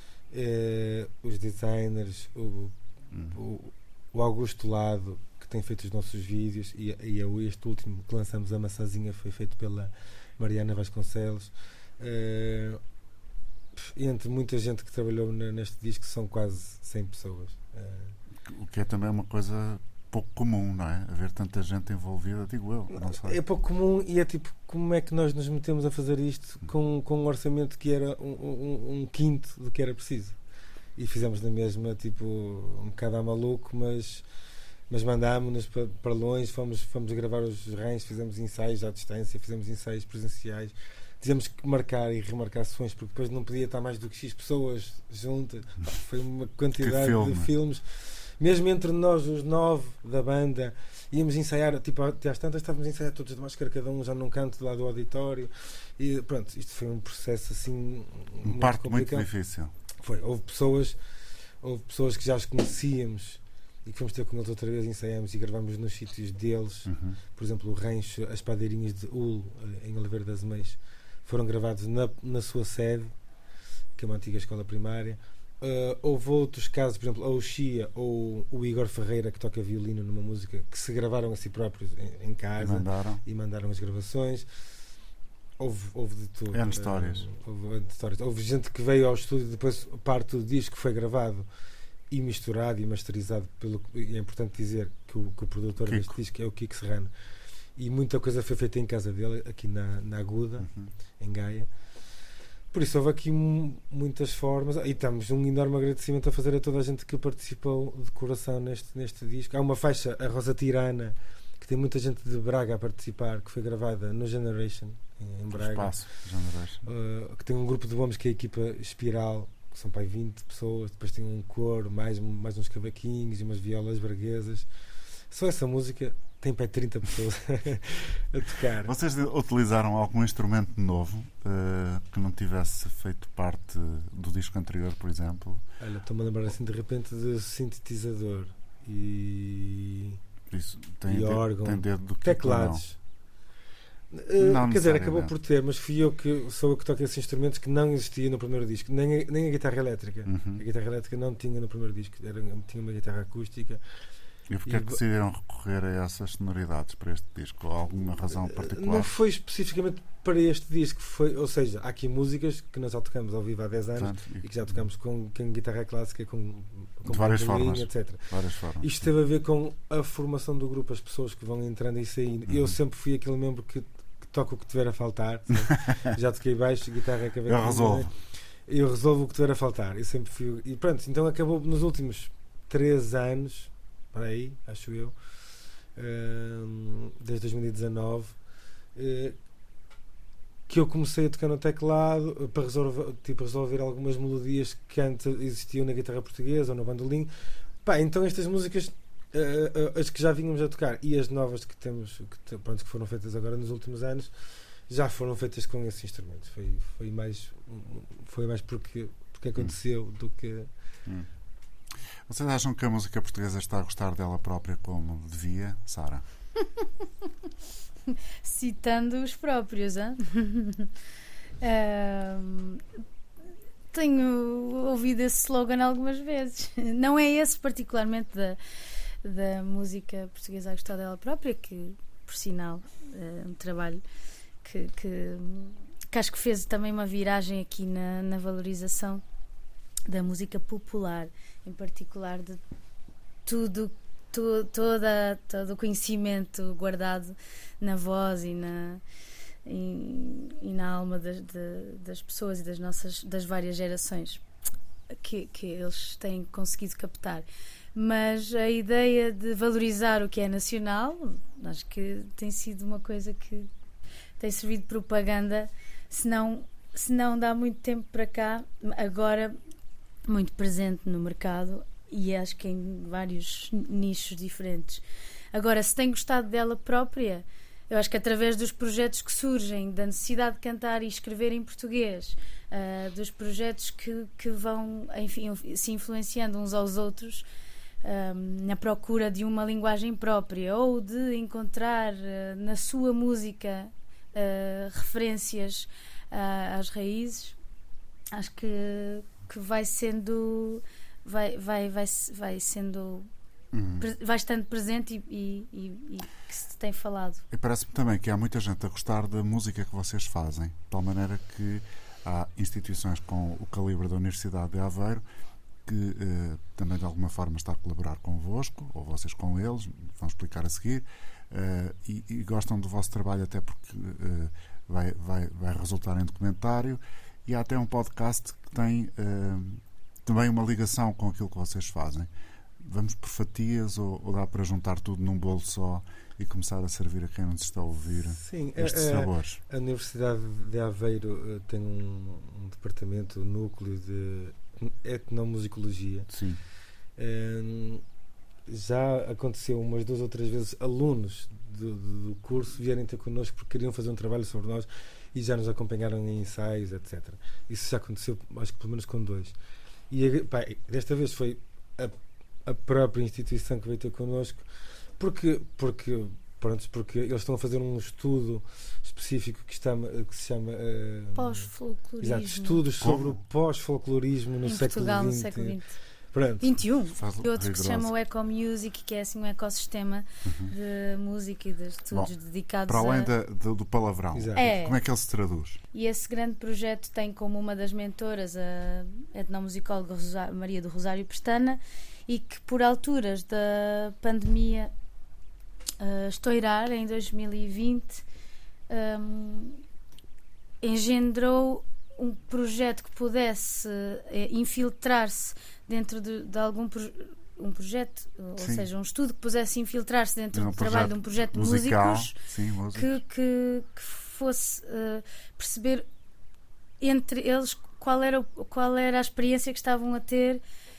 [SPEAKER 4] eh, os designers, o, hum. o, o Augusto Lado, que tem feito os nossos vídeos, e, e este último que lançamos, a Maçãzinha, foi feito pela Mariana Vasconcelos, eh, entre muita gente que trabalhou neste disco, são quase cem pessoas. Eh,
[SPEAKER 2] o que é também uma coisa pouco comum, não é? Haver tanta gente envolvida, digo eu, não sei.
[SPEAKER 4] É pouco comum, e é tipo, como é que nós nos metemos a fazer isto com, com um orçamento que era um, um, um quinto do que era preciso? E fizemos na mesma, tipo, um bocado a maluco, mas, mas mandámos-nos para, para longe, fomos, fomos gravar os ranchos, fizemos ensaios à distância, fizemos ensaios presenciais, tivemos que marcar e remarcar sessões, porque depois não podia estar mais do que X pessoas juntas. Foi uma quantidade de filmes. mesmo entre nós, os nove da banda, íamos ensaiar, tipo, até às tantas estávamos a ensaiar todos de máscara, cada um já num canto lá do auditório, e pronto, isto foi um processo assim
[SPEAKER 2] Um
[SPEAKER 4] muito
[SPEAKER 2] parto muito
[SPEAKER 4] complicado.
[SPEAKER 2] difícil.
[SPEAKER 4] Foi, houve pessoas, houve pessoas que já os conhecíamos e que fomos ter com eles outra vez, ensaiámos e gravámos nos sítios deles.
[SPEAKER 2] Uhum.
[SPEAKER 4] Por exemplo, o Rancho, as Padeirinhas de Ulo, em Oliveira das Meias, foram gravados na, na sua sede, que é uma antiga escola primária. Uh, houve outros casos, por exemplo, a Oxia ou o Igor Ferreira, que toca violino numa música, que se gravaram a si próprios em, em
[SPEAKER 2] E
[SPEAKER 4] casa
[SPEAKER 2] mandaram.
[SPEAKER 4] e mandaram as gravações. Houve, houve de tudo.
[SPEAKER 2] N histórias.
[SPEAKER 4] Uh, houve, N histórias. Houve gente que veio ao estúdio, depois parte do disco foi gravado e misturado e masterizado pelo, e é importante dizer que o, que o produtor
[SPEAKER 2] Kiko.
[SPEAKER 4] deste disco é o Kiko Serrano, e muita coisa foi feita em casa dele, aqui na, na Aguda,
[SPEAKER 2] Uhum.
[SPEAKER 4] em Gaia. Por isso houve aqui m- muitas formas, e estamos um enorme agradecimento a fazer a toda a gente que participou de coração neste, neste disco. Há uma faixa, a Rosa Tirana, que tem muita gente de Braga a participar, que foi gravada no Generation, em, em Braga.
[SPEAKER 2] Espaço, Generation.
[SPEAKER 4] Uh, que tem um grupo de bombos que é a equipa Espiral, que são para aí vinte pessoas, depois tem um coro, mais, mais uns cavaquinhos e umas violas braguesas. Só essa música tem para aí trinta pessoas a tocar.
[SPEAKER 2] Vocês utilizaram algum instrumento novo uh, que não tivesse feito parte do disco anterior, por exemplo?
[SPEAKER 4] Olha, estou-me a lembrar assim de repente de sintetizador e,
[SPEAKER 2] Isso tem,
[SPEAKER 4] e
[SPEAKER 2] de,
[SPEAKER 4] órgão,
[SPEAKER 2] tem dedo do que
[SPEAKER 4] teclados. Uh,
[SPEAKER 2] Não
[SPEAKER 4] quer dizer, acabou
[SPEAKER 2] necessariamente.
[SPEAKER 4] por ter, mas fui eu que sou eu que toco esses instrumentos que não existia no primeiro disco, nem a, nem a guitarra elétrica.
[SPEAKER 2] Uhum.
[SPEAKER 4] A guitarra elétrica não tinha no primeiro disco, era, tinha uma guitarra acústica.
[SPEAKER 2] E porquê é que
[SPEAKER 4] E-
[SPEAKER 2] decidiram recorrer a essas sonoridades para este disco? Ou alguma razão particular?
[SPEAKER 4] Não foi especificamente para este disco, foi, ou seja, há aqui músicas que nós já tocamos ao vivo há dez anos
[SPEAKER 2] Portanto,
[SPEAKER 4] e que já tocamos com, com guitarra clássica, com, com
[SPEAKER 2] De várias
[SPEAKER 4] bandolim,
[SPEAKER 2] formas.
[SPEAKER 4] etcétera.
[SPEAKER 2] várias formas.
[SPEAKER 4] Isto teve a ver com a formação do grupo, as pessoas que vão entrando e saindo.
[SPEAKER 2] Uhum.
[SPEAKER 4] Eu sempre fui aquele membro que, que toca o que tiver a faltar. sabe? Já toquei baixo, guitarra, cavaquinho.
[SPEAKER 2] Eu resolvo.
[SPEAKER 4] Eu resolvo o que tiver a faltar. Eu sempre fui. E pronto, então acabou nos últimos três anos, para aí, acho eu, hum, desde dois mil e dezanove, eh, que eu comecei a tocar no teclado para resolver, tipo, resolver algumas melodias que antes existiam na guitarra portuguesa ou no bandolim. Pá, então estas músicas, eh, eh, as que já vínhamos a tocar e as novas que temos, que, te- pronto, que foram feitas agora nos últimos anos, já foram feitas com esses instrumentos. Foi, foi mais, foi mais porque, porque aconteceu do que.
[SPEAKER 2] Hum. Vocês acham que a música portuguesa está a gostar dela própria como devia, Sara?
[SPEAKER 3] Citando os próprios, hein? Ahm, tenho ouvido esse slogan algumas vezes. Não é esse particularmente da, da música portuguesa a gostar dela própria, que, por sinal, é um trabalho que, que, que acho que fez também uma viragem aqui na, na valorização da música popular, em particular de tudo, tu, toda, todo o conhecimento guardado na voz e na, e, e na alma das, de, das pessoas e das nossas das várias gerações que, que eles têm conseguido captar. Mas a ideia de valorizar o que é nacional, acho que tem sido uma coisa que tem servido de propaganda, se não, se não dá muito tempo para cá, agora muito presente no mercado e acho que em vários nichos diferentes. Agora, se tem gostado dela própria, eu acho que através dos projetos que surgem, da necessidade de cantar e escrever em português, uh, dos projetos que, que vão, enfim, se influenciando uns aos outros, um, na procura de uma linguagem própria ou de encontrar uh, na sua música uh, referências uh, às raízes, acho que que vai sendo vai, vai, vai, vai sendo
[SPEAKER 2] Uhum.
[SPEAKER 3] vai estando presente e, e, e, e que se tem falado.
[SPEAKER 2] E parece-me também que há muita gente a gostar da música que vocês fazem, de tal maneira que há instituições com o calibre da Universidade de Aveiro que eh, também de alguma forma está a colaborar convosco, ou vocês com eles, vão explicar a seguir, eh, e, e gostam do vosso trabalho até porque eh, vai, vai, vai resultar em documentário, e há até um podcast que tem eh, também uma ligação com aquilo que vocês fazem. Vamos por fatias ou, ou dá para juntar tudo num bolo só e começar a servir a quem nos está a ouvir
[SPEAKER 4] Sim,
[SPEAKER 2] estes
[SPEAKER 4] a,
[SPEAKER 2] sabores?
[SPEAKER 4] a Universidade de Aveiro uh, tem um, um departamento, um núcleo de etnomusicologia.
[SPEAKER 2] Sim.
[SPEAKER 4] Um, já aconteceu umas duas ou três vezes alunos do, do, do curso vierem ter connosco porque queriam fazer um trabalho sobre nós e já nos acompanharam em ensaios, etcétera. Isso já aconteceu, acho que pelo menos com dois. E pá, desta vez foi a, a própria instituição que veio ter connosco, porque, porque, pronto, porque eles estão a fazer um estudo específico que, está, que se chama uh,
[SPEAKER 3] pós-folclorismo.
[SPEAKER 4] Exato, estudos sobre o pós-folclorismo no
[SPEAKER 3] em
[SPEAKER 4] século
[SPEAKER 3] Portugal,
[SPEAKER 4] vinte.
[SPEAKER 3] no século vinte.
[SPEAKER 4] Pronto.
[SPEAKER 3] vinte e um.
[SPEAKER 2] Faz
[SPEAKER 3] E outro que se
[SPEAKER 2] rigoroso.
[SPEAKER 3] chama o Ecomusic, que é assim um ecossistema
[SPEAKER 2] Uhum.
[SPEAKER 3] de música e de estudos
[SPEAKER 2] Bom,
[SPEAKER 3] dedicados
[SPEAKER 2] Para além
[SPEAKER 3] a...
[SPEAKER 2] da- do, do palavrão,
[SPEAKER 4] Exato.
[SPEAKER 3] É.
[SPEAKER 2] como é que ele se traduz?
[SPEAKER 3] E esse grande projeto tem como uma das mentoras a etnomusicóloga Rosa- Maria do Rosário Pestana, e que por alturas da pandemia uh, estourar em dois mil e vinte um, engendrou um projeto que pudesse eh, infiltrar-se dentro de, de algum pro, um projeto, ou
[SPEAKER 2] Sim.
[SPEAKER 3] seja, um estudo que pudesse infiltrar-se dentro
[SPEAKER 2] Um
[SPEAKER 3] do trabalho de um projeto de
[SPEAKER 2] musical,
[SPEAKER 3] músicos
[SPEAKER 2] sim, música.
[SPEAKER 3] que, que, que fosse uh, perceber entre eles qual era, o- qual era a experiência que estavam a ter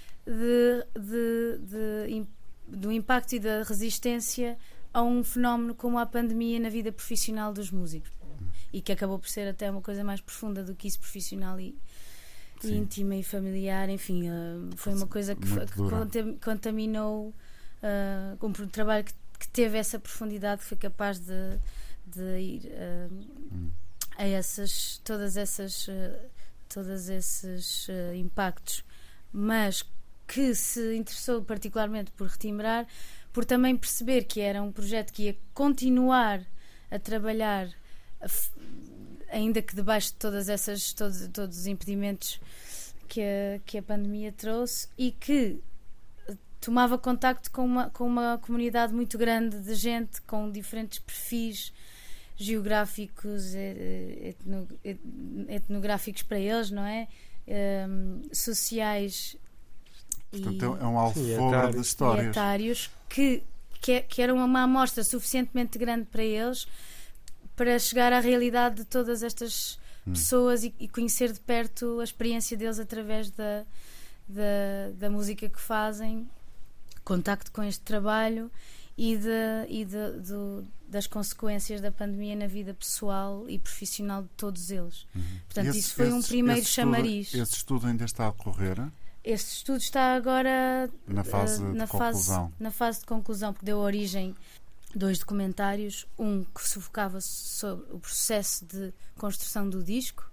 [SPEAKER 3] de, de, de, im- do impacto e da resistência a um fenómeno como a pandemia na vida profissional dos músicos, e que acabou por ser até uma coisa mais profunda do que isso, profissional e, e
[SPEAKER 2] Sim.
[SPEAKER 3] íntima e familiar. Enfim, uh, foi uma coisa que,
[SPEAKER 2] Muito
[SPEAKER 3] que
[SPEAKER 2] dura.
[SPEAKER 3] contam- contaminou uh, um trabalho que, que teve essa profundidade, que foi capaz de, de ir uh,
[SPEAKER 2] Hum.
[SPEAKER 3] a essas, todas essas, uh, todos esses uh, impactos, mas que se interessou particularmente por retimbrar, por também perceber que era um projeto que ia continuar a trabalhar, a f- ainda que debaixo de todas essas, todos, todos os impedimentos que a, que a pandemia trouxe, e que tomava contacto com uma, com uma comunidade muito grande de gente com diferentes perfis geográficos, eh, etno, et- etnográficos para eles, não é? Ehm, sociais
[SPEAKER 2] Portanto,
[SPEAKER 3] e,
[SPEAKER 2] é um alfobre
[SPEAKER 4] etários.
[SPEAKER 2] de
[SPEAKER 3] e
[SPEAKER 2] histórias.
[SPEAKER 3] etários que, que, é- que eram uma amostra suficientemente grande para eles para chegar à realidade de todas estas
[SPEAKER 2] Hum.
[SPEAKER 3] pessoas e, e conhecer de perto a experiência deles através da, da, da música que fazem, contacto com este trabalho e, de, e de, do, das consequências da pandemia na vida pessoal e profissional de todos eles.
[SPEAKER 2] Uhum.
[SPEAKER 3] Portanto,
[SPEAKER 2] Esse-
[SPEAKER 3] isso foi um
[SPEAKER 2] esse-
[SPEAKER 3] primeiro
[SPEAKER 2] esse
[SPEAKER 3] chamariz.
[SPEAKER 2] Estudo, esse estudo ainda está a ocorrer
[SPEAKER 3] Este estudo está agora
[SPEAKER 2] na fase
[SPEAKER 3] eh, na
[SPEAKER 2] de
[SPEAKER 3] fase,
[SPEAKER 2] conclusão.
[SPEAKER 3] na fase de conclusão, porque deu origem a dois documentários, um que se focava sobre o processo de construção do disco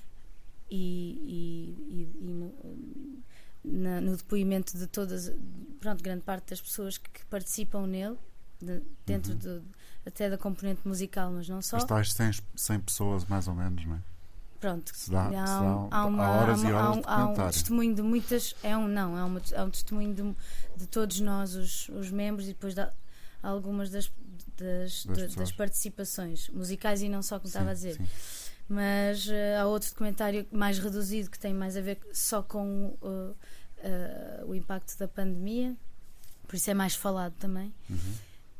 [SPEAKER 3] e, e- e- e no, na- no depoimento de todas, pronto, grande parte das pessoas que, que participam nele, de- dentro
[SPEAKER 2] Uhum.
[SPEAKER 3] do, até da componente musical, mas não só.
[SPEAKER 2] As tais cem, cem pessoas, mais ou menos, não é?
[SPEAKER 3] Pronto,
[SPEAKER 2] Se dá-
[SPEAKER 3] há,
[SPEAKER 2] se
[SPEAKER 3] um-
[SPEAKER 2] dá-
[SPEAKER 3] há uma-
[SPEAKER 2] há horas
[SPEAKER 3] há
[SPEAKER 2] e
[SPEAKER 3] uma- há
[SPEAKER 2] horas
[SPEAKER 3] um,
[SPEAKER 2] de
[SPEAKER 3] há um
[SPEAKER 2] documentário.
[SPEAKER 3] testemunho de muitas, é um não, é, uma, é um testemunho de, de todos nós os, os membros, e depois dá algumas das, das,
[SPEAKER 2] Das
[SPEAKER 3] de-
[SPEAKER 2] pessoas.
[SPEAKER 3] das participações musicais e não só, como
[SPEAKER 2] Sim,
[SPEAKER 3] estava a dizer.
[SPEAKER 2] sim.
[SPEAKER 3] Mas eh, há outro documentário mais reduzido que tem mais a ver só com uh, uh, o impacto da pandemia, por isso é mais falado também.
[SPEAKER 2] Uhum.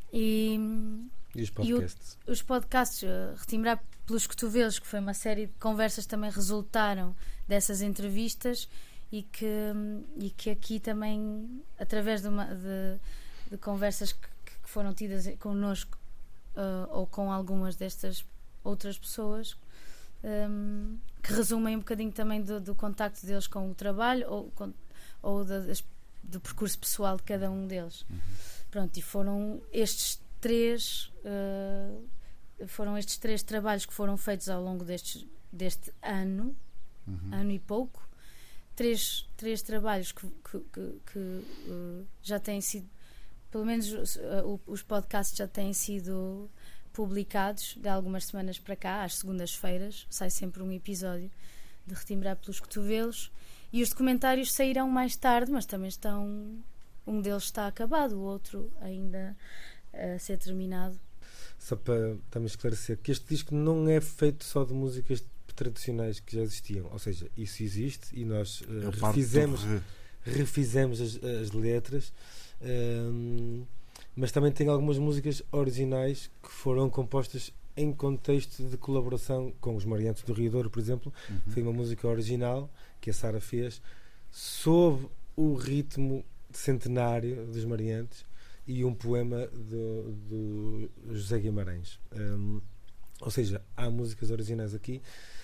[SPEAKER 3] E
[SPEAKER 4] E os
[SPEAKER 3] E o-
[SPEAKER 4] podcasts?
[SPEAKER 3] os podcasts, uh, Retimbrar pelos Cotovelos, que foi uma série de conversas que também resultaram dessas entrevistas, e que, hum, e que aqui também, através de, uma, de, de conversas que, que foram tidas connosco uh, ou com algumas destas outras pessoas, hum, que resumem um bocadinho também do, do contacto deles com o trabalho ou, com, ou da- das- do percurso pessoal de cada um deles. Pronto, e foram estes três uh, foram estes três trabalhos que foram feitos ao longo destes, deste ano,
[SPEAKER 2] Uhum.
[SPEAKER 3] ano e pouco, três, três trabalhos que, que, que- que, uh, já têm sido, pelo menos uh, o- os podcasts já têm sido publicados de algumas semanas para cá, às segundas-feiras sai sempre um episódio de Retimbrar pelos Cotovelos, e os documentários sairão mais tarde, mas também estão, um deles está acabado, o outro ainda a ser terminado.
[SPEAKER 4] Só para também esclarecer que este disco não é feito só de músicas tradicionais que já existiam, ou seja, isso existe e nós uh,
[SPEAKER 2] Eu parto do
[SPEAKER 4] refizemos,
[SPEAKER 2] re-
[SPEAKER 4] refizemos as, as letras, um, mas também tem algumas músicas originais que foram compostas em contexto de colaboração com os Mariantes do Rio Douro, por exemplo.
[SPEAKER 2] Uhum.
[SPEAKER 4] Foi uma música original que a Sara fez sob o ritmo centenário dos Mariantes e um poema do, do José Guimarães. Um, ou seja, há músicas originais aqui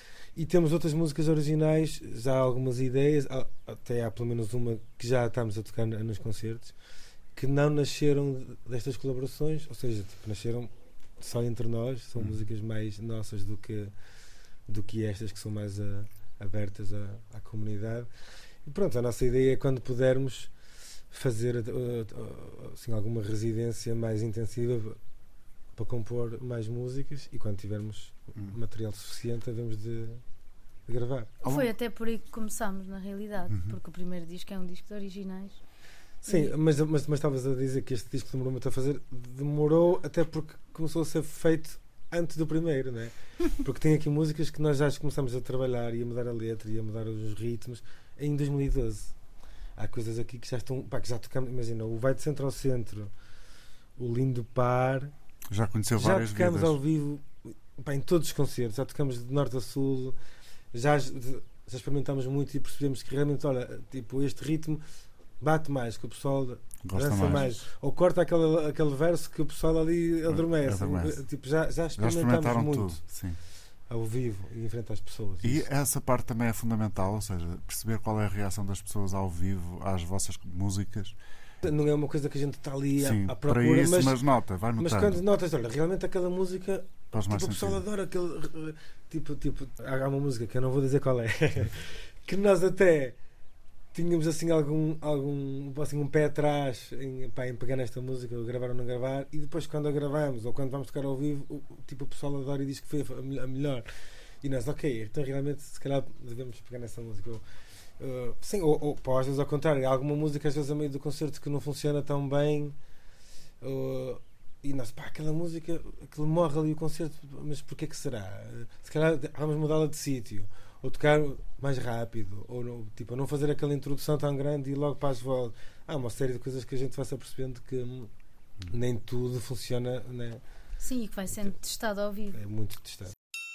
[SPEAKER 4] e temos outras músicas originais, já há algumas ideias, até há pelo menos uma que já estamos a tocar nos concertos, que não nasceram destas colaborações, ou seja, tipo, nasceram só entre nós, são hum. músicas mais nossas do que, do que estas que são mais a, abertas à, à comunidade. E pronto, a nossa ideia é quando pudermos fazer assim, alguma residência mais intensiva para compor mais músicas e quando tivermos hum. material suficiente havemos de, de gravar.
[SPEAKER 3] Foi até por aí que começámos, na realidade, uhum. porque o primeiro disco é um disco de originais.
[SPEAKER 4] Sim, e... mas, mas, mas estavas a dizer que este disco demorou muito a fazer, demorou até porque começou a ser feito antes do primeiro, não é? Porque tem aqui músicas que nós já começamos a trabalhar e a mudar a letra e a mudar os ritmos em dois mil e doze. Há coisas aqui que já estão, pá, que já tocamos, imagina, o Vai de Centro ao Centro, o Lindo Par,
[SPEAKER 2] já conheceu várias
[SPEAKER 4] já tocamos
[SPEAKER 2] vidas.
[SPEAKER 4] ao vivo, pá, em todos os concertos, já tocamos de norte a sul, já, já experimentámos muito e percebemos que realmente, olha, tipo, este ritmo bate mais, que o pessoal
[SPEAKER 2] gosta
[SPEAKER 4] dança
[SPEAKER 2] mais.
[SPEAKER 4] mais, ou corta aquele, aquele verso que o pessoal ali adormece. adormece. Tipo, já, já experimentámos já muito
[SPEAKER 2] tudo, sim.
[SPEAKER 4] ao vivo e em frente às pessoas.
[SPEAKER 2] E
[SPEAKER 4] isso.
[SPEAKER 2] Essa parte também é fundamental, ou seja, perceber qual é a reação das pessoas ao vivo às vossas músicas.
[SPEAKER 4] Não é uma coisa que a gente está ali
[SPEAKER 2] sim,
[SPEAKER 4] à, à procura,
[SPEAKER 2] para isso,
[SPEAKER 4] mas,
[SPEAKER 2] mas nota, vai notando.
[SPEAKER 4] Mas quando notas, olha, realmente aquela música, tipo, o pessoal adora aquele tipo, tipo, há uma música que eu não vou dizer qual é, que nós até tínhamos assim algum, algum assim, um pé atrás em, pá, em pegar nesta música, gravar ou não gravar, e depois quando a gravamos ou quando vamos tocar ao vivo, o, tipo, o pessoal adora e diz que foi a melhor. E nós, ok, então realmente se calhar devemos pegar nessa música. Uh, sim, ou, ou pá, às vezes ao contrário, há alguma música às vezes a meio do concerto que não funciona tão bem, uh, e nós, pá, aquela música, aquilo morre ali o concerto, mas porquê que será? Uh, se calhar vamos mudá-la de sítio, ou tocar mais rápido, ou não, tipo, não fazer aquela introdução tão grande e logo para as voltas. Há uma série de coisas que a gente vai se apercebendo que hum, nem tudo funciona, né?
[SPEAKER 3] Sim, e que vai sendo testado ao vivo.
[SPEAKER 4] É muito testado.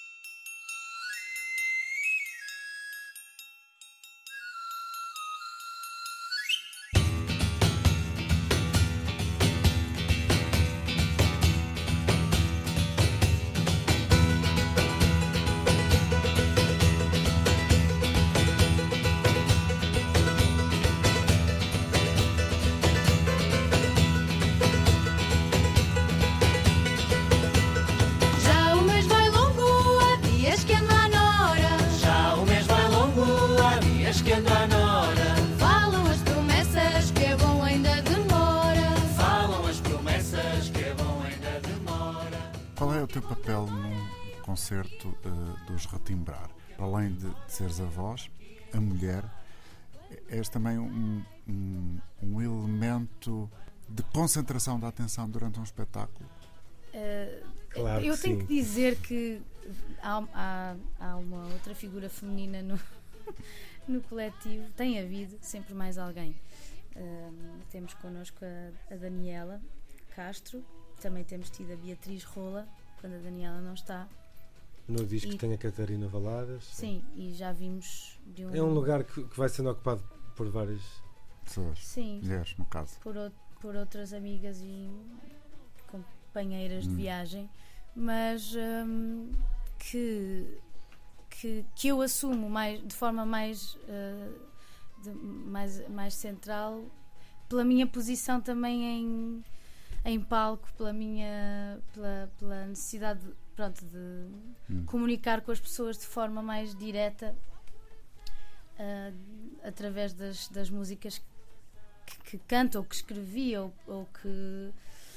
[SPEAKER 2] Concerto uh, dos Retimbrar, além de, de seres a voz, a mulher, és também um, um, um elemento de concentração da atenção durante um espetáculo.
[SPEAKER 3] Uh,
[SPEAKER 4] claro
[SPEAKER 3] eu
[SPEAKER 4] que
[SPEAKER 3] tenho
[SPEAKER 4] sim.
[SPEAKER 3] que dizer que há, há, há uma outra figura feminina no, no coletivo, tem havido sempre mais alguém. Uh, temos connosco a, a Daniela Castro, também temos tido a Beatriz Rola, quando a Daniela não está.
[SPEAKER 4] No disco
[SPEAKER 3] e,
[SPEAKER 4] tem a Catarina Valadas.
[SPEAKER 3] Sim, sim, e já vimos de um...
[SPEAKER 4] É um lugar que, que vai sendo ocupado por várias
[SPEAKER 2] pessoas,
[SPEAKER 3] sim,
[SPEAKER 2] mulheres no caso.
[SPEAKER 3] Por, o, por outras amigas e companheiras hum. de viagem, mas hum, que, que, que eu assumo mais, de forma mais, uh, de, mais, mais central, pela minha posição também em, em palco, pela minha pela, pela necessidade de, pronto, de hum. comunicar com as pessoas de forma mais direta, uh, através das, das músicas que, que canto ou que escrevi ou, ou que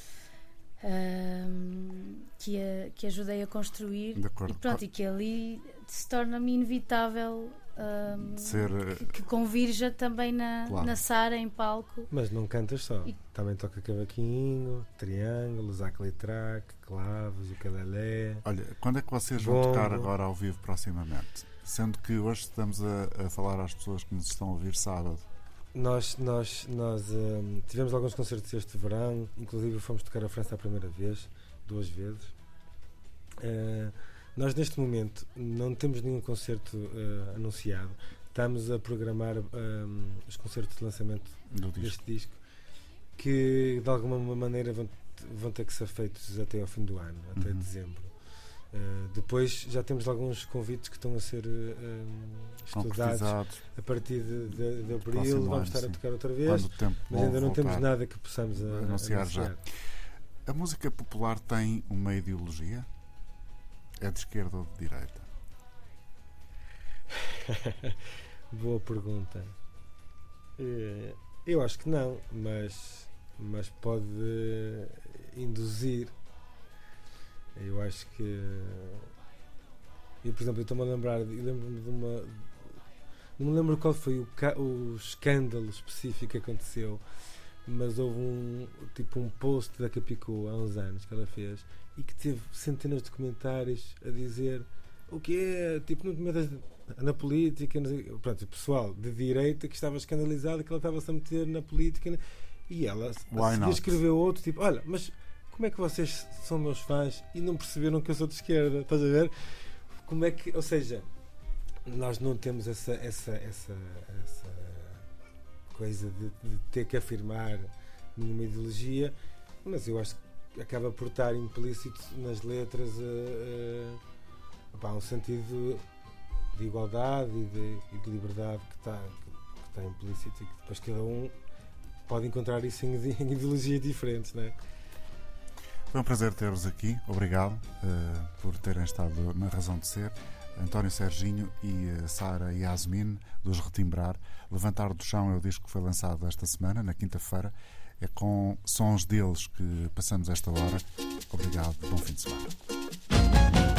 [SPEAKER 3] uh, que, a, que ajudei a construir, e, pronto, e que ali se torna-me inevitável uh,
[SPEAKER 2] ser,
[SPEAKER 3] que, que convirja também na,
[SPEAKER 2] claro.
[SPEAKER 3] na Sara em palco.
[SPEAKER 4] Mas não cantas só,
[SPEAKER 3] e,
[SPEAKER 4] também toca cavaquinho, triângulos, aclitrac, clavos, ukulele.
[SPEAKER 2] Olha, quando é que vocês vão
[SPEAKER 4] bombo.
[SPEAKER 2] tocar agora ao vivo proximamente? Sendo que hoje estamos a, a falar às pessoas que nos estão a ouvir sábado.
[SPEAKER 4] Nós, nós, nós um, tivemos alguns concertos este verão, inclusive fomos tocar a França a primeira vez, duas vezes. Uh, nós neste momento não temos nenhum concerto uh, anunciado. estamos a programar um, os concertos de lançamento
[SPEAKER 2] Do disco.
[SPEAKER 4] deste disco, que de alguma maneira vão, vão ter que ser feitos até ao fim do ano, até
[SPEAKER 2] Uhum.
[SPEAKER 4] dezembro. Uh, depois já temos alguns convites que estão a ser uh, estudados
[SPEAKER 2] Concretizados.
[SPEAKER 4] a partir de, de, de abril.
[SPEAKER 2] Próximo
[SPEAKER 4] Vamos
[SPEAKER 2] ano,
[SPEAKER 4] estar
[SPEAKER 2] sim.
[SPEAKER 4] a tocar outra vez,
[SPEAKER 2] Quando o tempo
[SPEAKER 4] mas ainda não
[SPEAKER 2] voltar.
[SPEAKER 4] temos nada que possamos a, a
[SPEAKER 2] Anunciar já.
[SPEAKER 4] anunciar.
[SPEAKER 2] A música popular tem uma ideologia? É de esquerda ou de direita?
[SPEAKER 4] Boa pergunta. Eh, Eu acho que não, mas, mas pode induzir. Eu acho que. Eu, por exemplo, eu estou-me a lembrar, eu lembro-me de uma. Não me lembro qual foi o, ca- o escândalo específico que aconteceu, mas houve um tipo um post da Capicua há uns anos que ela fez e que teve centenas de comentários a dizer o que é, tipo, não te metas na política, não sei, pronto, o pessoal de direita que estava escandalizado que ela estava-se a meter na política e ela a
[SPEAKER 2] Why
[SPEAKER 4] seguir
[SPEAKER 2] not?
[SPEAKER 4] escreveu outro tipo, olha, mas como é que vocês são meus fãs e não perceberam que eu sou de esquerda? Estás a ver? Como é que, ou seja, nós não temos essa essa, essa, essa coisa de, de ter que afirmar nenhuma ideologia, mas eu acho que acaba por estar implícito nas letras uh, uh, opá, um sentido de igualdade e de, e de liberdade que está, que, que está implícito e que depois cada um pode encontrar isso em, em ideologias diferentes, não é?
[SPEAKER 2] Foi um prazer ter-vos aqui. Obrigado uh, por terem estado na Razão de Ser. António Serginho e uh, Sara Yasmin, dos Retimbrar. Levantar do Chão é o disco que foi lançado esta semana, na quinta-feira. É com sons deles que passamos esta hora. Obrigado. Bom fim de semana.